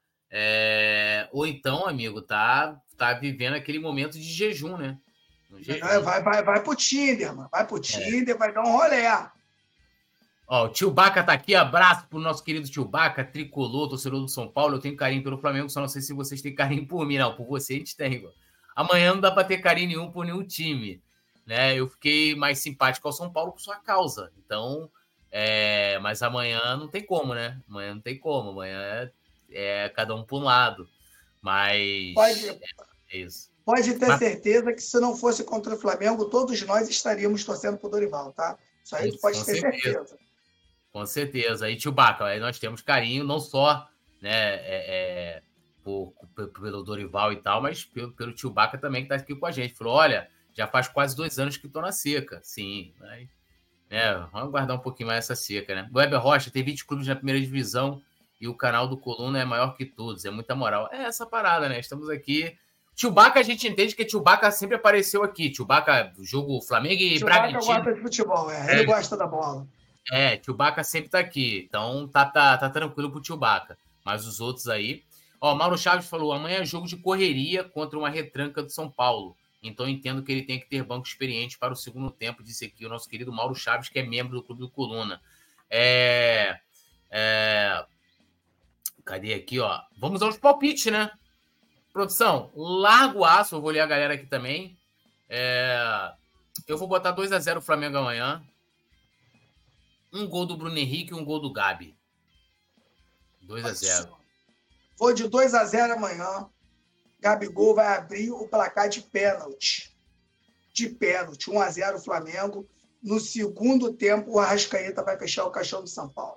É, ou então, amigo, tá, tá vivendo aquele momento de jejum, né?
Jejum. Vai, vai, vai pro Tinder, mano. Vai pro Tinder, é. vai dar um rolê.
Ó, o Tio Baca tá aqui, abraço pro nosso querido Tio Baca, tricolor, torcedor do São Paulo. Eu tenho carinho pelo Flamengo, só não sei se vocês têm carinho por mim, não. Por você a gente tem, igual. Amanhã não dá pra ter carinho nenhum por nenhum time, né? Eu fiquei mais simpático ao São Paulo por sua causa. Então, é... mas amanhã não tem como, né? Amanhã não tem como. Amanhã é, é cada um por um lado. Mas
Pode,
é isso.
Pode ter
mas...
certeza que se não fosse contra o Flamengo, todos nós estaríamos torcendo pro Dorival, tá? Isso aí tu pode
Com
ter
certeza.
certeza.
Com certeza. Aí, Tio Baca, aí nós temos carinho, não só, né, é, é, por, pelo Dorival e tal, mas pelo, pelo Tio Baca também, que tá aqui com a gente. Falou, olha, já faz quase dois anos que tô na seca. Sim, né? É, vamos guardar um pouquinho mais essa seca, né? O Weber Rocha tem vinte clubes na primeira divisão e o canal do Coluna é maior que todos. É muita moral. É essa parada, né? Estamos aqui... Tio Baca, a gente entende que Tio Baca sempre apareceu aqui. Tio Baca, jogo Flamengo e
Tio
Bragantino.
Baca gosta de futebol, é. Ele é. gosta da bola.
É, Tio Baca sempre tá aqui. Então tá, tá, tá tranquilo pro Tio Baca. Mas os outros aí... Ó, Mauro Chaves falou, amanhã é jogo de correria contra uma retranca do São Paulo. Então entendo que ele tem que ter banco experiente para o segundo tempo, disse aqui o nosso querido Mauro Chaves, que é membro do Clube do Coluna. É... é... Cadê aqui, ó? Vamos aos palpites, né? Produção, larga o aço, eu vou ler a galera aqui também. É... Eu vou botar dois a zero Flamengo amanhã. Um gol do Bruno Henrique e um gol do Gabi. dois a zero.
Vou de dois a zero amanhã. Gabigol vai abrir o placar de pênalti. De pênalti. um a zero Flamengo. No segundo tempo, o Arrascaeta vai fechar o caixão do São Paulo.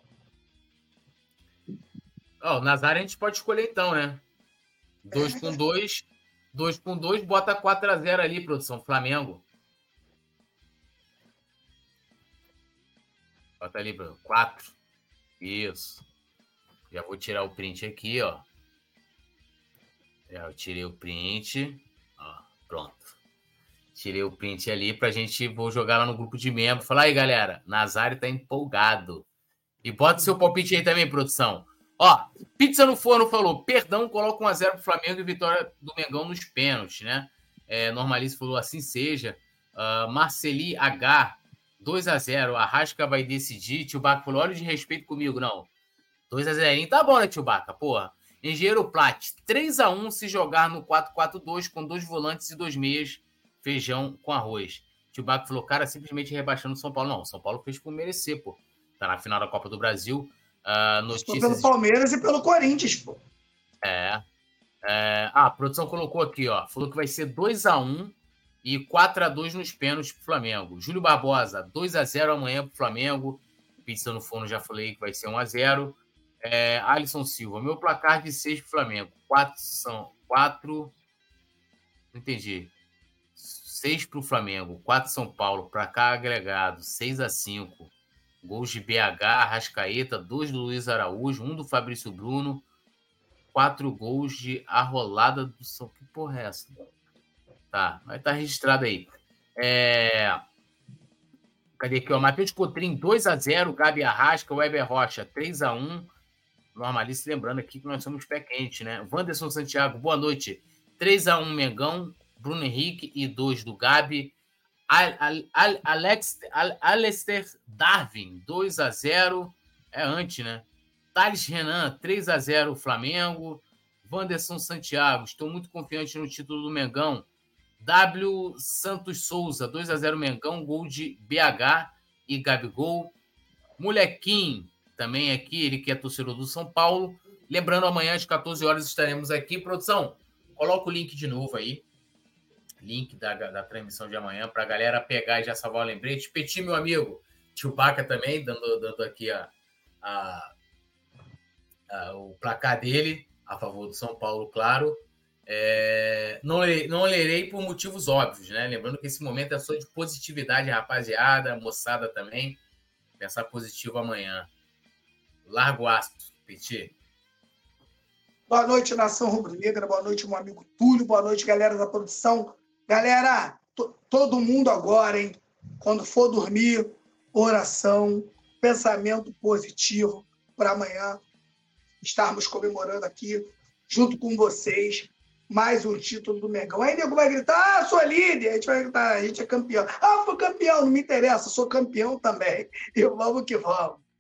Oh, o Nazário a gente pode escolher então, né? dois com dois. dois com dois, bota quatro a zero ali, produção. Flamengo. Bota ali, Bruno. quatro. Isso. Já vou tirar o print aqui, ó. Já eu tirei o print. Ó, pronto. Tirei o print ali pra gente... Vou jogar lá no grupo de membros. Falar aí, galera. Nazário tá empolgado. E bota seu palpite aí também, produção. Ó, Pizza no Forno falou, perdão, coloca um a zero pro Flamengo e vitória do Mengão nos pênaltis, né? É, Normalice falou, assim seja. Uh, Marceli H, dois a zero, Arrasca vai decidir. Tio Baca falou, olha de respeito comigo, não. dois a zero, tá bom, né, Tio Baca? Porra. Engenheiro Plat, três a um se jogar no quatro quatro dois com dois volantes e dois meias, feijão com arroz. Tio Baca falou, cara, simplesmente rebaixando o São Paulo. Não, o São Paulo fez por merecer, pô. Tá na final da Copa do Brasil. Uh, notícias... Pelo
Palmeiras e pelo Corinthians, pô.
É. é. Ah, a produção colocou aqui, ó. Falou que vai ser dois a um e quatro a dois nos pênaltis pro Flamengo. Júlio Barbosa, dois a zero amanhã pro Flamengo. Pizza no Forno, já falei que vai ser um a zero. É, Alisson Silva, meu placar de seis pro Flamengo. quatro são. quatro. Não entendi. seis pro Flamengo. quatro São Paulo. Placar agregado. seis a cinco. Gols de B H, Arrascaeta, dois do Luiz Araújo, um do Fabrício Bruno, quatro gols de Arrolada do São... Que porra é essa? Tá, vai estar registrado aí. É... Cadê aqui? O Matheus Cotrim, dois a zero, Gabi Arrasca, Weber Rocha, três a um. Normalice, lembrando aqui que nós somos pé quente, né? Wanderson Santiago, boa noite. três a um Mengão, Bruno Henrique e dois do Gabi. Al, al, al, Alex, al, Alester Darwin, dois a zero. É antes, né? Thales Renan, três a zero Flamengo. Wanderson Santiago, estou muito confiante no título do Mengão. W. Santos Souza, dois a zero Mengão, gol de B H e Gabigol. Molequinho, também aqui, ele que é torcedor do São Paulo. Lembrando, amanhã às quatorze horas estaremos aqui. Produção, coloca o link de novo aí. Link da, da transmissão de amanhã para a galera pegar e já salvar o lembrete. Petit, meu amigo, Tio Baca também, dando, dando aqui a, a, a, o placar dele a favor do São Paulo, claro. É, não, não lerei por motivos óbvios, né? Lembrando que esse momento é só de positividade, rapaziada, moçada também. Pensar positivo amanhã. Largo ácido, Petit.
Boa noite, nação rubro-negra. Boa noite, meu amigo Túlio. Boa noite, galera da produção. Galera, to, todo mundo agora, hein? Quando for dormir, oração, pensamento positivo para amanhã estarmos comemorando aqui, junto com vocês, mais um título do Mengão. Aí nego vai gritar, ah, sou líder. A gente vai gritar, a gente é campeão. Ah, foi campeão, não me interessa, sou campeão também. E vamos que vamos.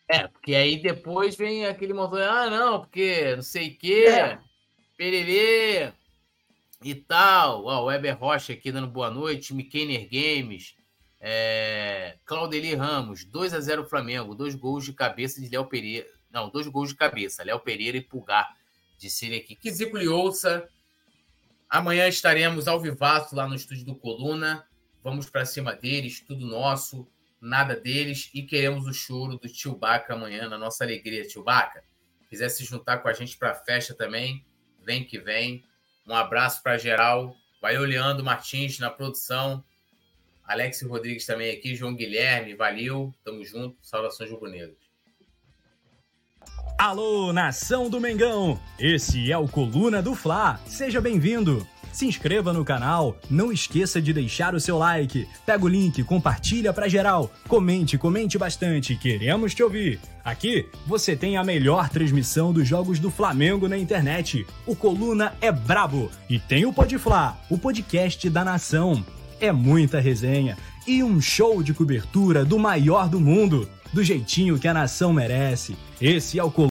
É, porque aí depois vem aquele montão, ah, não, porque não sei o quê,
É.
pererê e tal. Ó, o Weber Rocha aqui dando boa noite, Mikener Games, é... Claudeli Ramos, dois a zero Flamengo, dois gols de cabeça de Léo Pereira. Não, dois gols de cabeça, Léo Pereira e Pulgar, disse ele aqui. Kiziko Liouça, amanhã estaremos ao vivaço lá no estúdio do Coluna, vamos para cima deles, tudo nosso, nada deles, e queremos o choro do Tio Baca amanhã, na nossa alegria. Tio Baca, quiser se juntar com a gente para a festa também, vem que vem. Um abraço para geral. Valeu, Leandro Martins na produção. Alex Rodrigues também aqui. João Guilherme, valeu. Tamo junto. Saudações rubro-negras.
Alô, nação do Mengão. Esse é o Coluna do Fla. Seja bem-vindo. Se inscreva no canal, não esqueça de deixar o seu like, pega o link, compartilha pra geral, comente, comente bastante, queremos te ouvir. Aqui você tem a melhor transmissão dos jogos do Flamengo na internet. O Coluna é brabo e tem o Podfla, o podcast da nação. É muita resenha e um show de cobertura do maior do mundo, do jeitinho que a nação merece. Esse é o Coluna.